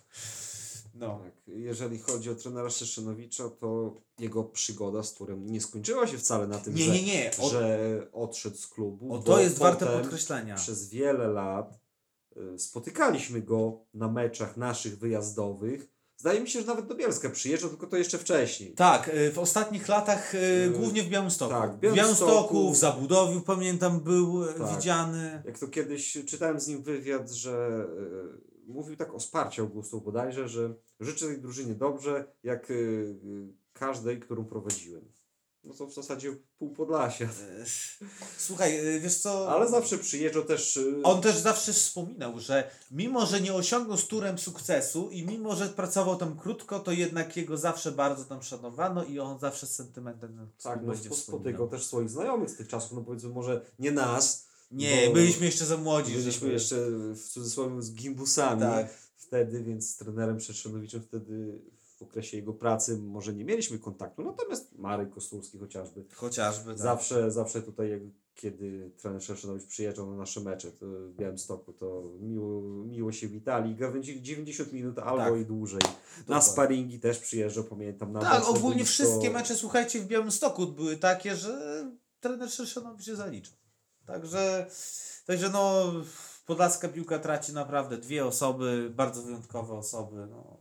No. Tak. Jeżeli chodzi o trenera Szerszanowicza, to jego przygoda z Turem nie skończyła się wcale na tym, Nie, że, nie, nie. O, że odszedł z klubu. o bo to jest warte potem podkreślenia. Przez wiele lat y, spotykaliśmy go na meczach naszych wyjazdowych. Zdaje mi się, że nawet do Bielska przyjeżdżał, tylko to jeszcze wcześniej. Tak, y, w ostatnich latach y, Y, głównie w Białymstoku. tak, w w Białymstoku, Białymstoku, w Zabudowiu, pamiętam, był y, Tak. widziany. Jak to kiedyś czytałem z nim wywiad, że y, mówił tak o Sparcie Augustą bodajże, że życzę tej drużynie dobrze, jak y, y, każdej, którą prowadziłem. No to w zasadzie pół Podlasia. Y, Słuchaj, y, wiesz co... Ale zawsze przyjeżdżał też... y, On też zawsze wspominał, że mimo, że nie osiągnął z Turem sukcesu i mimo, że pracował tam krótko, to jednak jego zawsze bardzo tam szanowano i on zawsze z sentymentem na Tak, tym no będzie spo- wspominał. spotykał też swoich znajomych z tych czasów, no powiedzmy może nie nas. Nie, bo byliśmy jeszcze za młodzi. Byliśmy żeby- jeszcze w cudzysłowie z gimbusami Tak. wtedy, więc z trenerem Szerszanowiczem wtedy w okresie jego pracy może nie mieliśmy kontaktu, natomiast Marek Kostulski chociażby. Chociażby, tak. Zawsze, zawsze tutaj, jak, kiedy trener Szerszynowicz przyjeżdżał na nasze mecze to w Białymstoku, to miło, miło się witali. Gawędzili dziewięćdziesiąt minut albo tak. i dłużej. Na sparingi też przyjeżdżał, pamiętam. Na tak, ogólnie blisko... wszystkie mecze, słuchajcie, w Białymstoku były takie, że trener Szerszynowicz się zaliczył. Także, także no, podlaska piłka traci naprawdę dwie osoby, bardzo wyjątkowe osoby. No.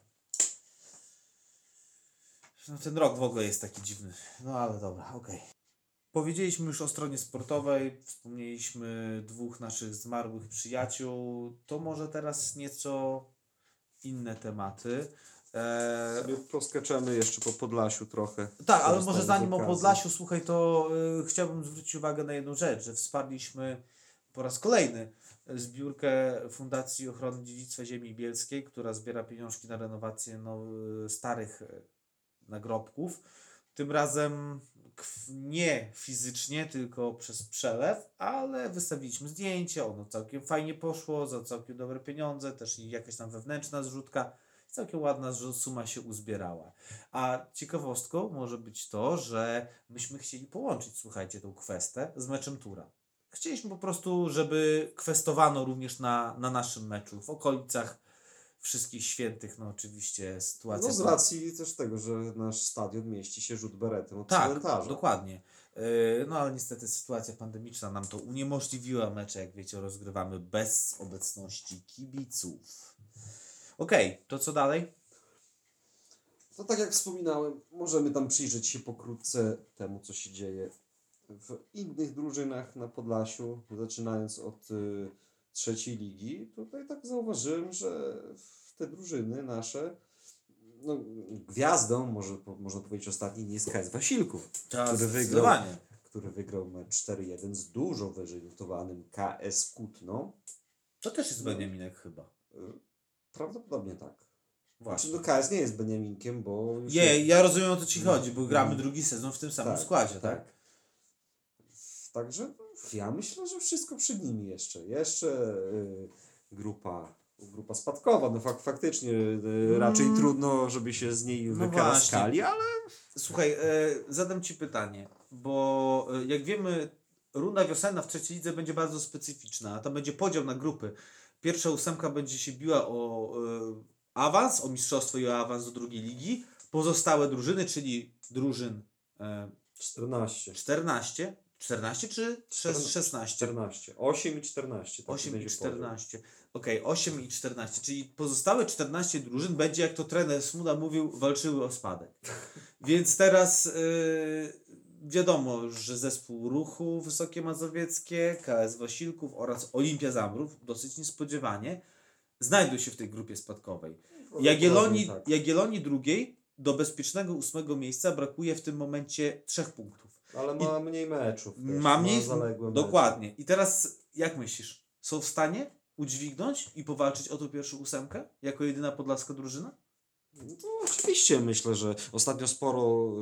No, ten rok w ogóle jest taki dziwny. No ale dobra, okej. Okay. Powiedzieliśmy już o stronie sportowej, wspomnieliśmy dwóch naszych zmarłych przyjaciół. To może teraz nieco inne tematy. Eee... Sobie poskaczemy jeszcze po Podlasiu trochę. Tak, ale może zanim o Podlasiu, słuchaj, to yy, chciałbym zwrócić uwagę na jedną rzecz, że wsparliśmy po raz kolejny zbiórkę Fundacji Ochrony Dziedzictwa Ziemi Bielskiej, która zbiera pieniążki na renowację no, starych nagrobków. Tym razem nie fizycznie, tylko przez przelew, ale wystawiliśmy zdjęcie, ono całkiem fajnie poszło, za całkiem dobre pieniądze, też i jakaś tam wewnętrzna zrzutka, całkiem ładna suma się uzbierała. A ciekawostką może być to, że myśmy chcieli połączyć, słuchajcie, tą kwestę z meczem Tura. Chcieliśmy po prostu, żeby kwestowano również na, na naszym meczu, w okolicach Wszystkich Świętych, no oczywiście sytuacja... No z racji też tego, że nasz stadion mieści się rzut beretem od tak, cmentarza. Dokładnie. Yy, no ale niestety sytuacja pandemiczna nam to uniemożliwiła. Mecze, jak wiecie, rozgrywamy bez obecności kibiców. Okej, okay, to co dalej? To tak jak wspominałem, możemy tam przyjrzeć się pokrótce temu, co się dzieje w innych drużynach na Podlasiu, zaczynając od y, trzeciej ligi. Tutaj tak zauważyłem, że te drużyny nasze, no, gwiazdą, może, można powiedzieć ostatni, nie jest K S Wasilków, który wygrał, który wygrał mecz cztery jeden z dużo wyżej notowanym K S Kutno. To też jest Beniaminek chyba. Prawdopodobnie tak. Właśnie. Znaczy, no K S nie jest Beniaminkiem, bo... Nie, jest... ja rozumiem, o co ci chodzi, bo gramy drugi sezon w tym samym tak, składzie, tak? tak? Także ja myślę, że wszystko przed nimi jeszcze. Jeszcze y, grupa, grupa spadkowa. No fak, faktycznie y, raczej mm. trudno, żeby się z niej no wykaraskali, ale... Słuchaj, y, zadam ci pytanie, bo y, jak wiemy, runda wiosenna w trzeciej lidze będzie bardzo specyficzna. Tam będzie podział na grupy. Pierwsza ósemka będzie się biła o y, awans, o mistrzostwo i o awans do drugiej ligi. Pozostałe drużyny, czyli drużyn y, czternaście. czternaście. czternaście czy szesnaście? czternaście. osiem i czternaście. Tak osiem i czternaście. Okej, okay, osiem i czternaście. Czyli pozostałe czternaście drużyn będzie, jak to trener Smuda mówił, walczyły o spadek. Więc teraz yy, wiadomo, że zespół Ruchu Wysokie Mazowieckie, K S Wasilków oraz Olimpia Zambrów, dosyć niespodziewanie, znajdą się w tej grupie spadkowej. Jagiellonii, tak. Jagiellonii drugiej do bezpiecznego ósmego miejsca brakuje w tym momencie trzech punktów. Ale ma I mniej meczów. Też, ma mniej, ma dokładnie. Mecze. I teraz jak myślisz, są w stanie udźwignąć i powalczyć o tą pierwszą ósemkę jako jedyna podlaska drużyna? No to oczywiście myślę, że ostatnio sporo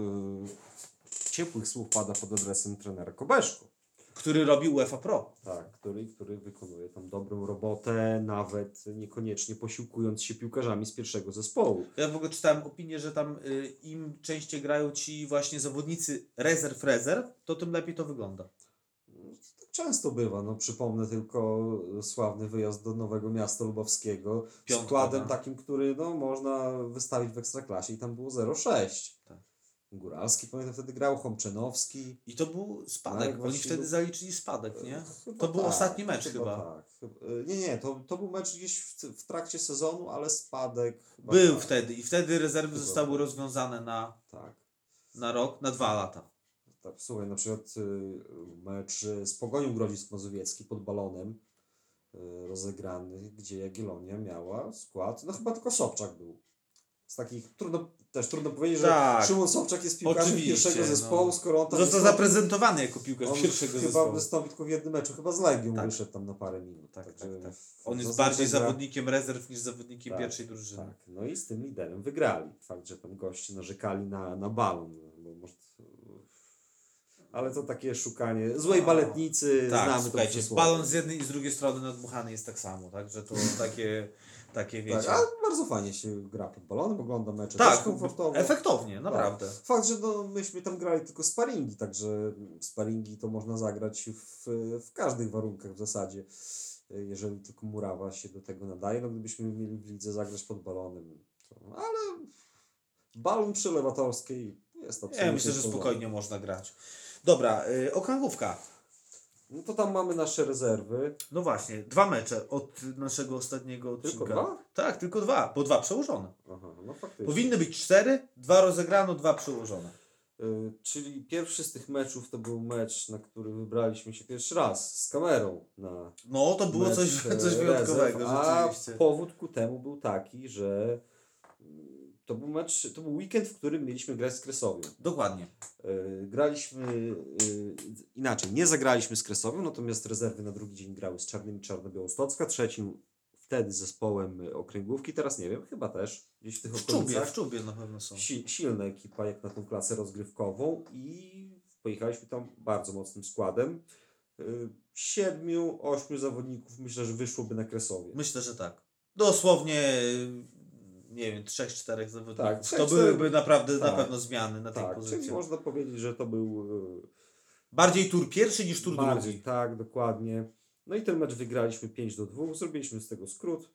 yy, ciepłych słów pada pod adresem trenera Kobeszko. Który robi UEFA Pro. Tak, który, który wykonuje tam dobrą robotę, nawet niekoniecznie posiłkując się piłkarzami z pierwszego zespołu. Ja w ogóle czytałem opinię, że tam y, im częściej grają ci właśnie zawodnicy rezerw rezerw, to tym lepiej to wygląda. Tak często bywa. No, przypomnę tylko sławny wyjazd do Nowego Miasta Lubawskiego. Piątka, składem no. takim, który no, można wystawić w Ekstraklasie i tam było zero sześć. Tak. Góralski, pamiętam, wtedy grał, Chomczynowski. I to był spadek, tak, oni wtedy zaliczyli spadek, nie? Chyba to był tak, ostatni mecz chyba. chyba. Tak. Nie, nie, to, to był mecz gdzieś w, w trakcie sezonu, ale spadek... Chyba był tak. wtedy i wtedy rezerwy chyba zostały tak. rozwiązane na, tak. na rok, na dwa lata. Tak, słuchaj, na przykład mecz z Pogonią Grodzisk Mazowiecki pod Balonem rozegrany, gdzie Jagiellonia miała skład, no chyba tylko Sobczak był. Z takich, trudno, też trudno powiedzieć, tak. że Szymon Sobczak jest piłkarzem pierwszego zespołu, no. skoro on tam został zaprezentowany jako piłkarz on pierwszego chyba zespołu. Chyba wystąpił tylko w jednym meczu, chyba z Legią tak. wyszedł tam na parę minut. Tak, Także tak, tak. On jest bardziej gra... zawodnikiem rezerw niż zawodnikiem tak, pierwszej drużyny. Tak. No i z tym liderem wygrali. Fakt, że tam goście narzekali na, na balon. Bo może... Ale to takie szukanie złej baletnicy, tak, znamy słuchajcie, to balon z jednej i z drugiej strony nadmuchany jest tak samo, także to takie, takie wiecie. Tak, a bardzo fajnie się gra pod balonem, ogląda mecze Tak, też komfortowo. efektownie, naprawdę. Tak. Fakt, że no, myśmy tam grali tylko sparingi, także sparingi to można zagrać w, w każdych warunkach w zasadzie, jeżeli tylko murawa się do tego nadaje. No gdybyśmy mieli w lidze zagrać pod balonem, to, ale balon przy lewatorskiej jest absolutnie Ja myślę, że porządny. spokojnie można grać. Dobra, yy, okręgówka. No to tam mamy nasze rezerwy. No właśnie, dwa mecze od naszego ostatniego odcinka. Tylko dwa? Tak, tylko dwa, bo dwa przełożone. Aha, no faktycznie. Powinny być cztery, dwa rozegrano, dwa przełożone. Y, czyli pierwszy z tych meczów to był mecz, na który wybraliśmy się pierwszy raz z kamerą na No to było mecz, coś, e, coś wyjątkowego, rezerw, a rzeczywiście. powód ku temu był taki, że mm, to był mecz, to był weekend, w którym mieliśmy grać z Kresowią. Dokładnie. Y, graliśmy y, inaczej, nie zagraliśmy z Kresowią, natomiast rezerwy na drugi dzień grały z Czarnymi Czarnobiałostocka, trzecim wtedy zespołem okręgówki, teraz nie wiem, chyba też gdzieś w tych W czubie, okolicach. w czubie na pewno są. Si- silna ekipa jak na tą klasę rozgrywkową i pojechaliśmy tam bardzo mocnym składem. Y, Siedmiu, ośmiu zawodników myślę, że wyszłoby na Kresowie. Myślę, że tak. Dosłownie, nie wiem, trzech, czterech zawodników. Tak, trzech, to czterech. byłyby naprawdę na Tak. pewno zmiany na tej Tak, czyli pozycji. można powiedzieć, że to był y, Bardziej tur pierwszy niż tur bardziej, drugi. tak, dokładnie. No i ten mecz wygraliśmy pięć do dwóch, zrobiliśmy z tego skrót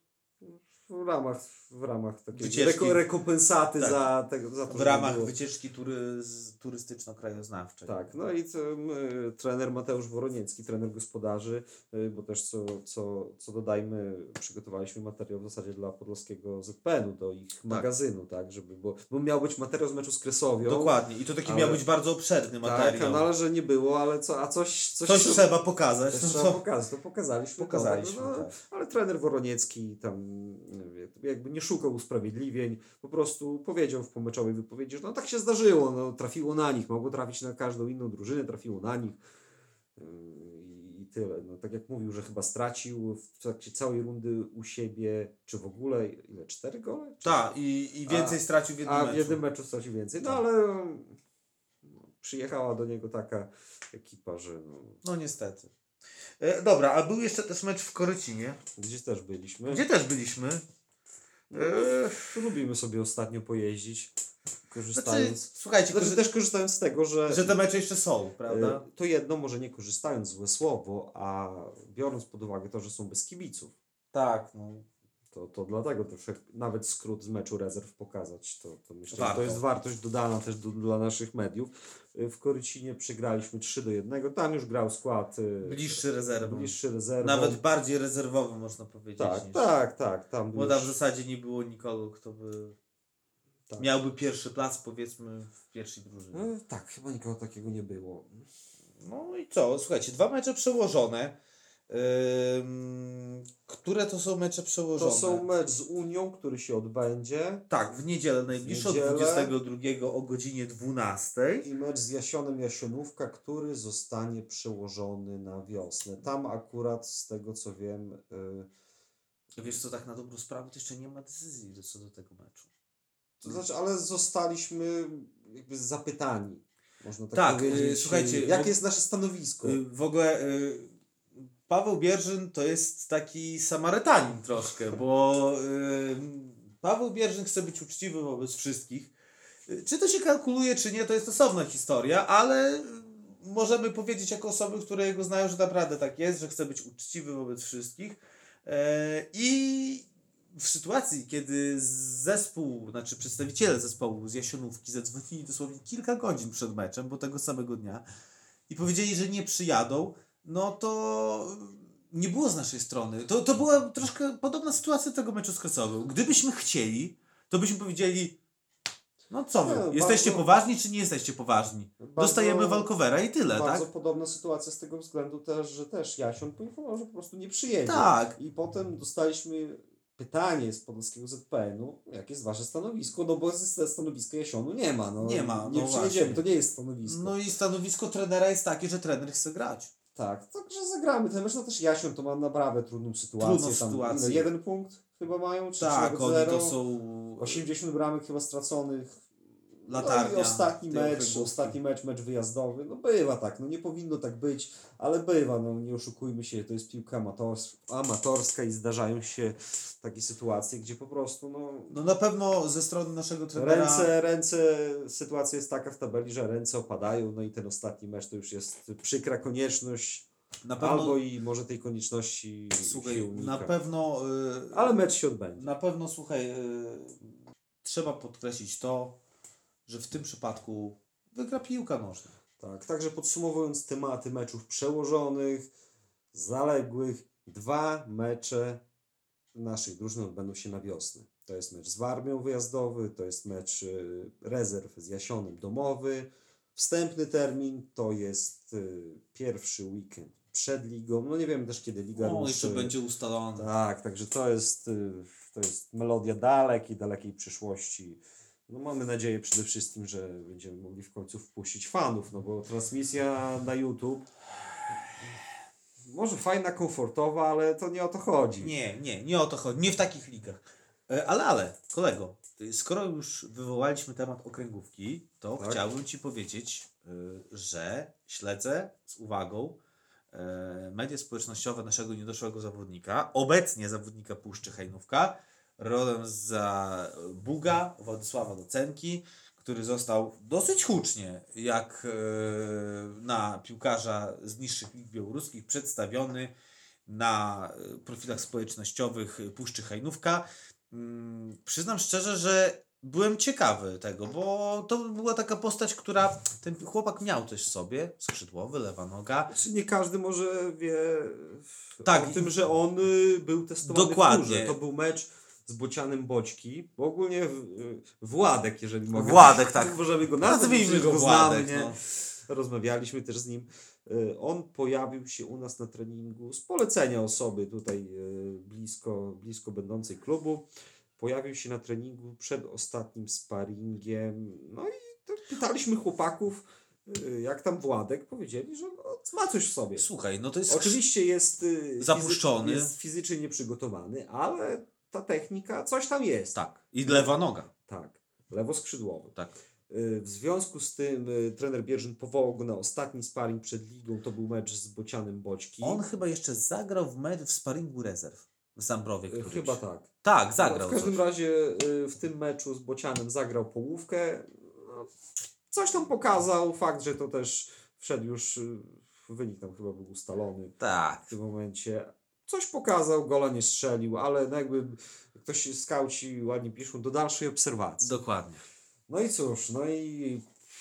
w ramach, w ramach takiej Wycieczki. reko- rekompensaty Tak. za, tego, za to, W że ramach było. wycieczki tury, z- turystyczno-krajoznawczej. Tak, no i ten, y, trener Mateusz Woroniecki, trener gospodarzy, y, bo też co, co, co dodajmy, przygotowaliśmy materiał w zasadzie dla podlaskiego Z P N u, do ich magazynu, tak, żeby, bo, bo miał być materiał z meczu z Kresowią. Dokładnie. I to taki Ale- miał być bardzo obszerny materiał. Tak, no ale że nie było, ale co, a coś, coś, Coś trzeba- trzeba pokazać. coś No trzeba to pokazać, to pokazaliśmy. pokazaliśmy, to, no, tak. Ale trener Woroniecki tam jakby nie szukał usprawiedliwień, po prostu powiedział w pomeczowej wypowiedzi, że no tak się zdarzyło, no trafiło na nich, mogło trafić na każdą inną drużynę, trafiło na nich yy, i tyle. No tak jak mówił, że chyba stracił w trakcie całej rundy u siebie, czy w ogóle, ile, cztery gole? Czy- tak, i, i więcej A- stracił w jednym A meczu. w jednym meczu stracił więcej, no Tak. ale no, przyjechała do niego taka ekipa, że no, No niestety. E, dobra, a był jeszcze też mecz w Korycinie, gdzieś też byliśmy. gdzie też byliśmy. No, E, lubimy sobie ostatnio pojeździć, znaczy, korzystając. słuchajcie, Znaczy, korzy- też korzystając z tego, że, że te mecze jeszcze są, prawda? y, to jedno, może nie korzystając złe słowo, a biorąc pod uwagę to, że są bez kibiców, Tak, no. to, to dlatego też jak nawet skrót z meczu rezerw pokazać, to, to myślę, że Warto. to jest wartość dodana też do, dla naszych mediów. Y, W Korycinie przegraliśmy trzy do jednego, tam już grał skład y, Bliższy rezerwą. bliższy rezerwą. Nawet bardziej rezerwowy można powiedzieć. tak, niż... tak, tak, tam Bo już, tam w zasadzie nie było nikogo, kto by tak. miałby pierwszy plac, powiedzmy, w pierwszej drużynie. Y, tak, chyba nikogo takiego nie było. No i co? Słuchajcie, dwa mecze przełożone. Ym, które to są mecze przełożone? To są mecz z Unią, który się odbędzie, Tak, w niedzielę najbliższą, niedzielę. dwudziestego drugiego o godzinie dwunastej. i mecz z Jasionem Jasionówka, który zostanie przełożony na wiosnę. Tam akurat z tego co wiem, y, Wiesz co, tak na dobrą sprawę to jeszcze nie ma decyzji co do tego meczu. to znaczy, ale zostaliśmy jakby zapytani, można tak, Tak, powiedzieć. y, słuchajcie, jakie bo- jest nasze stanowisko? Y, W ogóle y, Paweł Bierzyn to jest taki Samarytanin troszkę, bo y, Paweł Bierzyn chce być uczciwy wobec wszystkich. Y, Czy to się kalkuluje, czy nie, to jest osobna historia, ale y, możemy powiedzieć jako osoby, które jego znają, że naprawdę tak jest, że chce być uczciwy wobec wszystkich. E, I w sytuacji, kiedy zespół, znaczy przedstawiciele zespołu z Jasionówki zadzwonili dosłownie kilka godzin przed meczem, bo tego samego dnia, i powiedzieli, że nie przyjadą, no to nie było z naszej strony. To, to była troszkę podobna sytuacja do tego meczu z Kresową. Gdybyśmy chcieli, to byśmy powiedzieli, no co wy, Nie, jesteście bardzo- poważni czy nie jesteście poważni? Bardzo- Dostajemy walkowera i tyle, Bardzo tak? podobna sytuacja z tego względu też, że też Jasion poinformował, że po prostu nie przyjedzie. Tak. I potem dostaliśmy pytanie z podlaskiego Z P N u, jakie jest wasze stanowisko, no bo ze stanowiska Jasionu nie ma. No, Nie ma, Nie no przyjedziemy, właśnie. to nie jest stanowisko. No i stanowisko trenera jest takie, że trener chce grać. Tak, także zagramy ten mecz, no też Jasion to ma naprawdę trudną sytuację. Trudną tam, sytuację. Ile, jeden punkt chyba mają, czy, czy Tak, nawet oni zero. to są... osiemdziesiąt bramek chyba straconych. latarnia. No i ostatni tej mecz, okręgówki. ostatni mecz, mecz wyjazdowy, no bywa tak, no nie powinno tak być, ale bywa, no nie oszukujmy się, to jest piłka amators- amatorska i zdarzają się takie sytuacje, gdzie po prostu, no... No na pewno ze strony naszego trenera... Ręce, ręce, sytuacja jest taka w tabeli, że ręce opadają, no i ten ostatni mecz to już jest przykra konieczność, Na pewno, albo i może tej konieczności słuchaj, się unika. na pewno... Yy, Ale mecz się odbędzie. Na pewno, słuchaj, yy, trzeba podkreślić to, że w tym przypadku wygra piłka nożna. Tak, także podsumowując tematy meczów przełożonych, zaległych, dwa mecze naszych drużyn odbędą się na wiosnę. To jest mecz z Warmią wyjazdowy, to jest mecz y, rezerw z Jasionem domowy. Wstępny termin to jest y, pierwszy weekend przed ligą. No nie wiem też kiedy liga No, ruszy. jeszcze będzie ustalone. Tak, także to jest, y, to jest melodia dalekiej, dalekiej przyszłości. No mamy nadzieję przede wszystkim, że będziemy mogli w końcu wpuścić fanów, no bo transmisja na YouTube może fajna, komfortowa, ale to nie o to chodzi. Nie, nie, nie o to chodzi. Nie w takich ligach. E, Ale, ale, kolego, y, skoro już wywołaliśmy temat okręgówki, to Tak. chciałbym Ci powiedzieć, y, że śledzę z uwagą y, media społecznościowe naszego niedoszłego zawodnika, obecnie zawodnika Puszczy Hejnówka, rodem za Buga, Władysława Docenki, który został dosyć hucznie, jak y, na piłkarza z niższych lig białoruskich, przedstawiony na y, profilach społecznościowych Puszczy Hajnówka. Mm, przyznam szczerze, że byłem ciekawy tego, bo to była taka postać, która, ten chłopak miał coś w sobie, skrzydłowy, lewa noga. Czy nie każdy może wie Tak. o tym, że on y, był testowany Dokładnie. w górze. To był mecz z Bocianem Boćki, bo ogólnie w- y, Władek, jeżeli mogę. Władek, tak. Możemy go nazwać, Nazwijmy przecież go go Władek, znamy, nie? no. Rozmawialiśmy też z nim. Y, On pojawił się u nas na treningu z polecenia osoby tutaj y, blisko, blisko będącej klubu. Pojawił się na treningu przed ostatnim sparingiem. No i to pytaliśmy chłopaków, y, jak tam Władek. Powiedzieli, że no, ma coś w sobie. Słuchaj, no to jest... Oczywiście jest, y, Zapuszczony. fizy- jest fizycznie nieprzygotowany, ale ta technika, coś tam jest. Tak. I lewa noga. Tak. Lewoskrzydłowy. Tak. Y, W związku z tym y, trener Bierzyn powołał go na ostatni sparring przed ligą. To był mecz z Bocianem Boćki. On chyba jeszcze zagrał w mecz w sparingu rezerw w Zambrowie. Y, którymś. Chyba tak. Tak, No, zagrał. w każdym coś. razie y, w tym meczu z Bocianem zagrał połówkę. No, coś tam pokazał. Fakt, że to też wszedł już, y, wynik tam chyba był ustalony Tak. w tym momencie. Coś pokazał, gola nie strzelił, ale no jakby ktoś, skauci ładnie piszą, do dalszej obserwacji. Dokładnie. No i cóż, no i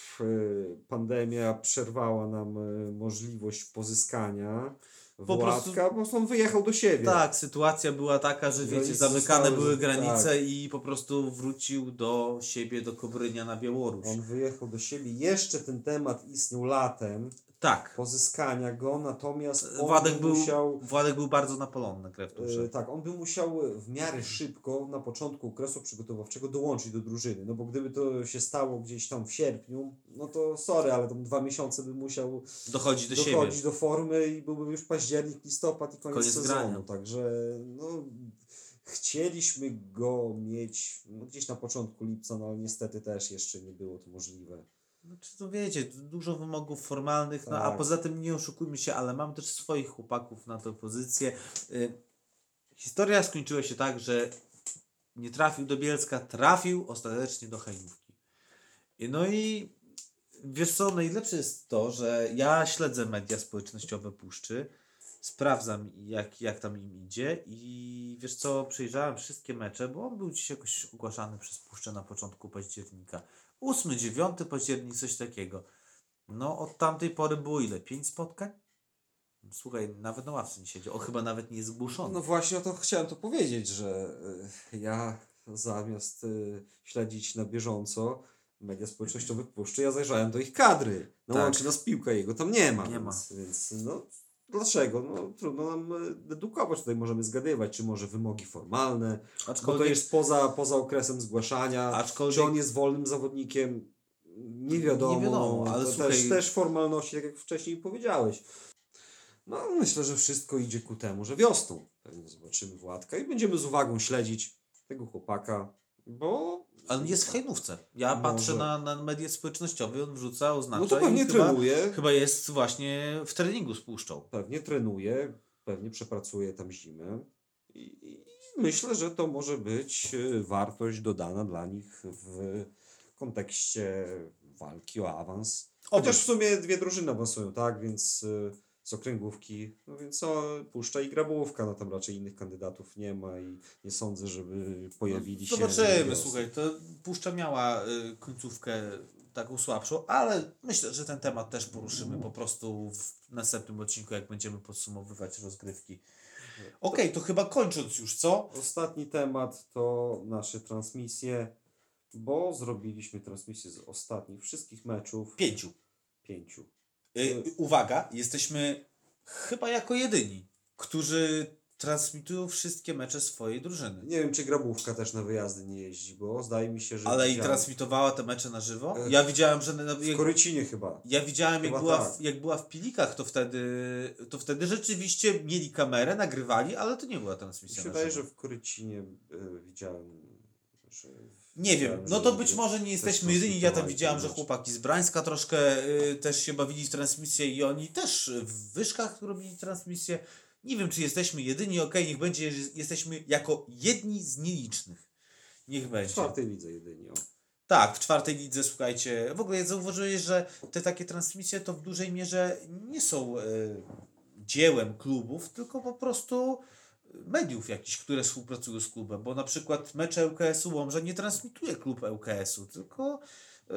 y, pandemia przerwała nam y, możliwość pozyskania Po Władka, prostu- po prostu on wyjechał do siebie. Tak, sytuacja była taka, że wiecie, Granice zamykane zostały- były granice tak. i po prostu wrócił do siebie, do Kobrynia na Białoruś. On wyjechał do siebie. Jeszcze ten temat istniał latem, Tak. pozyskania go, natomiast on Władek by był, musiał... Władek był bardzo napalony na krew E, duszy. tak, on by musiał w miarę szybko na początku okresu przygotowawczego dołączyć do drużyny, no bo gdyby to się stało gdzieś tam w sierpniu, no to sorry, ale tam dwa miesiące by musiał Dochodzi do dochodzić siebie. do formy i byłby już październik, listopad i koniec, Koniec sezonu, grania. także no chcieliśmy go mieć no, gdzieś na początku lipca, no ale niestety też jeszcze nie było to możliwe. Znaczy, to wiecie, dużo wymogów formalnych, no a Tak. poza tym nie oszukujmy się, ale mam też swoich chłopaków na tę pozycję. Y, historia skończyła się tak, że nie trafił do Bielska, trafił ostatecznie do Hajnówki. I no i wiesz co, najlepsze jest to, że ja śledzę media społecznościowe Puszczy, sprawdzam jak, jak tam im idzie i wiesz co, przejrzałem wszystkie mecze, bo on był dziś jakoś ogłaszany przez Puszczę na początku października. ósmy, dziewiąty październik, coś takiego. No od tamtej pory było ile? Pięć spotkań? Słuchaj, nawet na ławce nie siedział. O, chyba nawet nie jest zgłoszony. No właśnie o to chciałem to powiedzieć, że y, ja zamiast y, śledzić na bieżąco media społecznościowe Puszczy, ja zajrzałem do ich kadry. No Tak. łączy nas piłka, jego tam nie ma. Nie ma. Więc, więc no dlaczego? No trudno nam y, dedukować, tutaj możemy zgadywać, czy może wymogi formalne, bo to Aczkolwiek, jest poza, poza okresem zgłaszania, aczkolwiek czy on jest wolnym zawodnikiem, nie wiadomo, Nie wiadomo, ale to słuchaj- też, też formalności, tak jak wcześniej powiedziałeś. No myślę, że wszystko idzie ku temu, że wiosną pewnie zobaczymy Władka i będziemy z uwagą śledzić tego chłopaka. Bo... Ale on jest w hejnówce. Ja Może. patrzę na, na media społecznościowe, on wrzuca, oznacza No to pewnie i chyba, trenuje. chyba jest właśnie w treningu z Puszczą. Pewnie trenuje, pewnie przepracuje tam zimę. I, i myślę, że to może być e, wartość dodana dla nich w kontekście walki o awans. Chociaż w sumie dwie drużyny awansują, tak? Więc e, z okręgówki, no więc o, Puszcza i Grabówka, no tam raczej innych kandydatów nie ma i nie sądzę, żeby pojawili się... Zobaczymy, wiosny. słuchaj, to Puszcza miała y, końcówkę taką słabszą, ale myślę, że ten temat też poruszymy po prostu w następnym odcinku, jak będziemy podsumowywać rozgrywki. Okej, okay, to chyba kończąc już, co? Ostatni temat to nasze transmisje, bo zrobiliśmy transmisję z ostatnich wszystkich meczów. Pięciu. Pięciu. Y, uwaga, jesteśmy chyba jako jedyni, którzy transmitują wszystkie mecze swojej drużyny. Nie wiem, czy Grabówka też na wyjazdy nie jeździ, bo zdaje mi się, że... Ale widziałem... i transmitowała te mecze na żywo? E, Ja widziałem, że... Na, w jak, Korycinie chyba. ja widziałem, chyba jak była, tak. w, jak była w Pilikach, to wtedy, to wtedy rzeczywiście mieli kamerę, nagrywali, ale to nie była transmisja Mi się na wydaje, żywo. że w Korycinie y, widziałem... Że Nie wiem, widziałem, no że to być ludzie może nie też jesteśmy jedyni. Ja tam transmitowali widziałem, ten że mecz. chłopaki z Brańska troszkę y, też się bawili w transmisję i oni też w Wyszkach robili transmisję. Nie wiem, czy jesteśmy jedyni, okej, niech będzie, że jesteśmy jako jedni z nielicznych. Niech W będzie. czwartej lidze jedynie. O. Tak, w czwartej lidze, słuchajcie, w ogóle zauważyłeś, że te takie transmisje to w dużej mierze nie są y, dziełem klubów, tylko po prostu mediów jakichś, które współpracują z klubem, bo na przykład mecze ŁKS-u Łomża nie transmituje klub ŁKS-u, tylko y,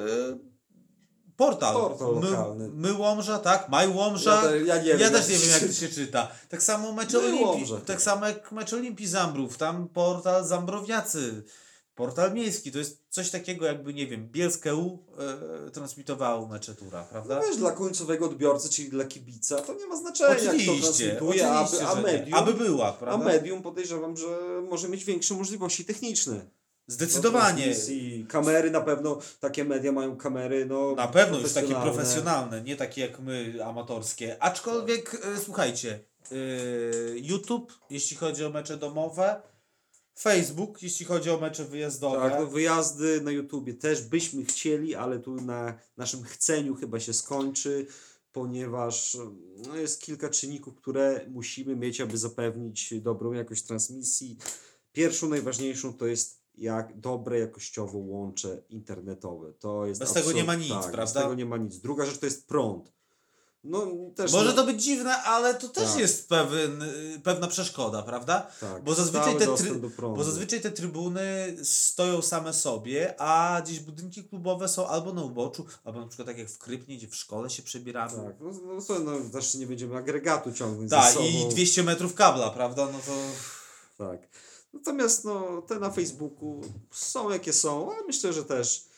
portal. Portal my, lokalny. my Łomża, tak? Maj Łomża. Ja, te, ja nie Ja wiem, też nie wiem, jak się- to się czyta. Tak samo mecze My Olimpii, Łomża tak chyba. samo jak mecze Olimpii Zambrów, tam portal Zambrowiacy, portal miejski, to jest coś takiego jakby, nie wiem, Bielskie U e, transmitowało mecze Tura, prawda? No wiesz, dla końcowego odbiorcy, czyli dla kibica, to nie ma znaczenia, jak to Oczywiście, transmituje, oczywiście, aby, a, że nie. medium, aby była, a prawda? medium podejrzewam, że może mieć większe możliwości techniczne. Zdecydowanie. I kamery na pewno, takie media mają kamery, no Na pewno już takie profesjonalne. profesjonalne, nie takie jak my, amatorskie. Aczkolwiek, e, słuchajcie, e, YouTube, jeśli chodzi o mecze domowe, Facebook, jeśli chodzi o mecze wyjazdowe. Tak, no wyjazdy na YouTubie też byśmy chcieli, ale tu na naszym chceniu chyba się skończy, ponieważ no, jest kilka czynników, które musimy mieć, aby zapewnić dobrą jakość transmisji. Pierwszą, najważniejszą to jest jak dobre jakościowo łącze internetowe. To jest Bez tego nie ma absolut- nic, tak, prawda? Bez tego nie ma nic. Druga rzecz to jest prąd. No, też Może no, to być dziwne, ale to też Tak. jest pewien, y, pewna przeszkoda, prawda? tak, bo zazwyczaj stały te dostęp try- do prądu. Bo zazwyczaj te trybuny stoją same sobie, a gdzieś budynki klubowe są albo na uboczu, albo na przykład tak jak w Krypnie, gdzie w szkole się przebieramy. Tak, no, no, słuchaj, no też nie będziemy agregatu ciągnąć Tak, ze sobą. i dwieście metrów kabla, prawda? No to... Tak. Natomiast no, te na Facebooku są jakie są, ale myślę, że też,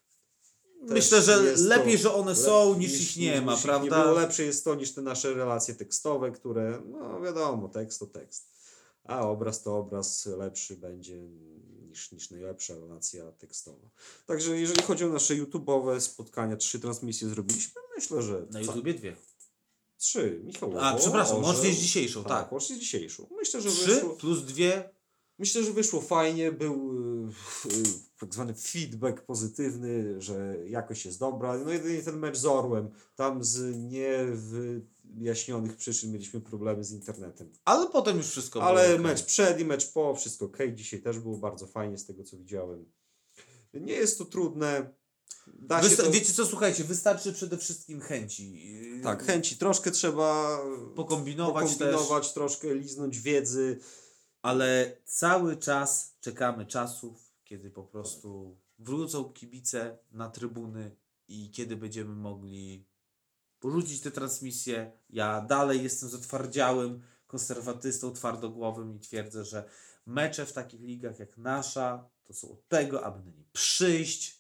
Myślę, też że jest lepiej, to że one lep- są, niż ich nie ma, niż ich prawda? Nie było. Lepsze jest to niż te nasze relacje tekstowe, które, no wiadomo, tekst to tekst. A obraz to obraz, lepszy będzie niż, niż najlepsza relacja tekstowa. Także jeżeli chodzi o nasze YouTube'owe spotkania, trzy transmisje zrobiliśmy, myślę, że Na YouTubie dwie. trzy. Michał A, przepraszam, Orzeł. łącznie z dzisiejszą, tak. Łącznie z dzisiejszą. Myślę, że Trzy wyszło... plus dwie. Myślę, że wyszło fajnie, był y, y, tak zwany feedback pozytywny, że jakość jest dobra. No jedynie ten mecz z Orłem, tam z niewyjaśnionych przyczyn mieliśmy problemy z internetem. Ale potem już wszystko Ale było okej. mecz przed i mecz po, wszystko ok. Dzisiaj też było bardzo fajnie z tego, co widziałem. Nie jest to trudne. Da się Wysta- to... Wiecie co, słuchajcie, wystarczy przede wszystkim chęci. Yy, Tak, chęci troszkę trzeba Pokombinować, pokombinować też. troszkę liznąć wiedzy. Ale cały czas czekamy czasów, kiedy po prostu wrócą kibice na trybuny i kiedy będziemy mogli porzucić te transmisje. Ja dalej jestem zatwardziałym konserwatystą, twardogłowym i twierdzę, że mecze w takich ligach jak nasza to są od tego, aby na nie przyjść,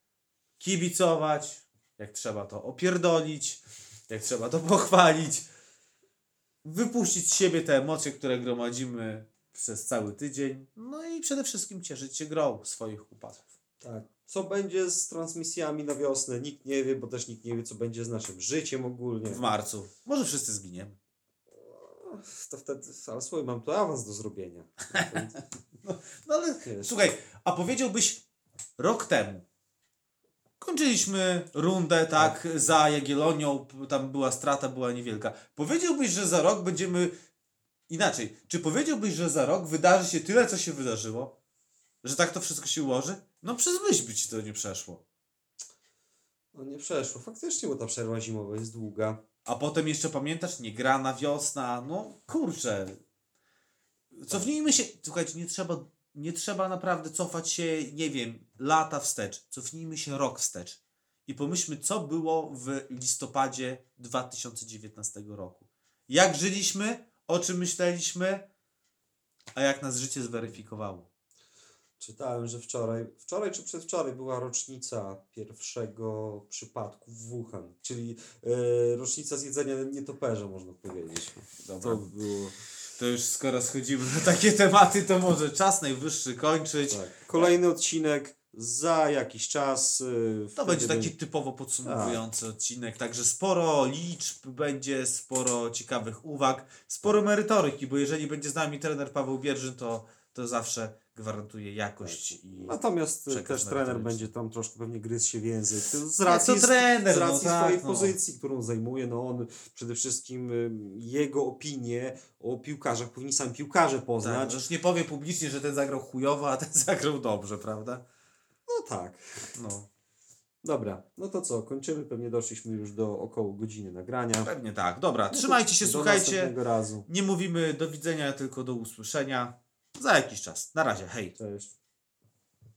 kibicować, jak trzeba to opierdolić, jak trzeba to pochwalić, wypuścić z siebie te emocje, które gromadzimy przez cały tydzień, no i przede wszystkim cieszyć się grą swoich chłopaków. Tak. Co będzie z transmisjami na wiosnę? Nikt nie wie, bo też nikt nie wie, co będzie z naszym życiem ogólnie. W marcu. Może wszyscy zginiemy. No, to wtedy, ale słuchaj, mam tu awans do zrobienia. No, no ale Wiesz. słuchaj, a powiedziałbyś rok temu, kończyliśmy rundę, tak, za Jagiellonią, p- tam była strata, była niewielka. Powiedziałbyś, że za rok będziemy... Inaczej, czy powiedziałbyś, że za rok wydarzy się tyle, co się wydarzyło? Że tak to wszystko się ułoży? No przez myśl by ci to nie przeszło. No nie przeszło. Faktycznie, bo ta przerwa zimowa jest długa. A potem jeszcze pamiętasz, niegrana wiosna, no kurczę. Cofnijmy się, słuchajcie, nie trzeba, nie trzeba naprawdę cofać się, nie wiem, lata wstecz. Cofnijmy się rok wstecz. I pomyślmy, co było w listopadzie dwa tysiące dziewiętnastego roku. Jak żyliśmy, o czym myśleliśmy, a jak nas życie zweryfikowało. Czytałem, że wczoraj, wczoraj czy przedwczoraj była rocznica pierwszego przypadku w Wuhan, czyli e, rocznica zjedzenia nietoperza, można powiedzieć. Dobra. To było... To już skoro schodzimy na takie tematy, to może czas najwyższy kończyć. Tak. Kolejny odcinek za jakiś czas. e, To wtedy będzie taki będzie- typowo podsumowujący odcinek, także sporo liczb będzie, sporo ciekawych uwag, sporo merytoryki, bo jeżeli będzie z nami trener Paweł Bierzyn, to, to zawsze gwarantuje jakość. I... Natomiast e, przekaz też trener merytoryczny. będzie tam troszkę pewnie gryzł się w język. Z Jak racji, to trener, z no racji tak, swojej no. pozycji, którą zajmuje, no on przede wszystkim y, jego opinie o piłkarzach powinni sami piłkarze Tak, poznać. już nie powie publicznie, że ten zagrał chujowo, a ten zagrał dobrze, prawda? No tak. No, Dobra, no to co, kończymy. Pewnie doszliśmy już do około godziny nagrania. pewnie tak. Dobra, No to trzymajcie się, do słuchajcie. następnego razu. Nie mówimy do widzenia, tylko do usłyszenia za jakiś czas. Na razie, hej. Cześć.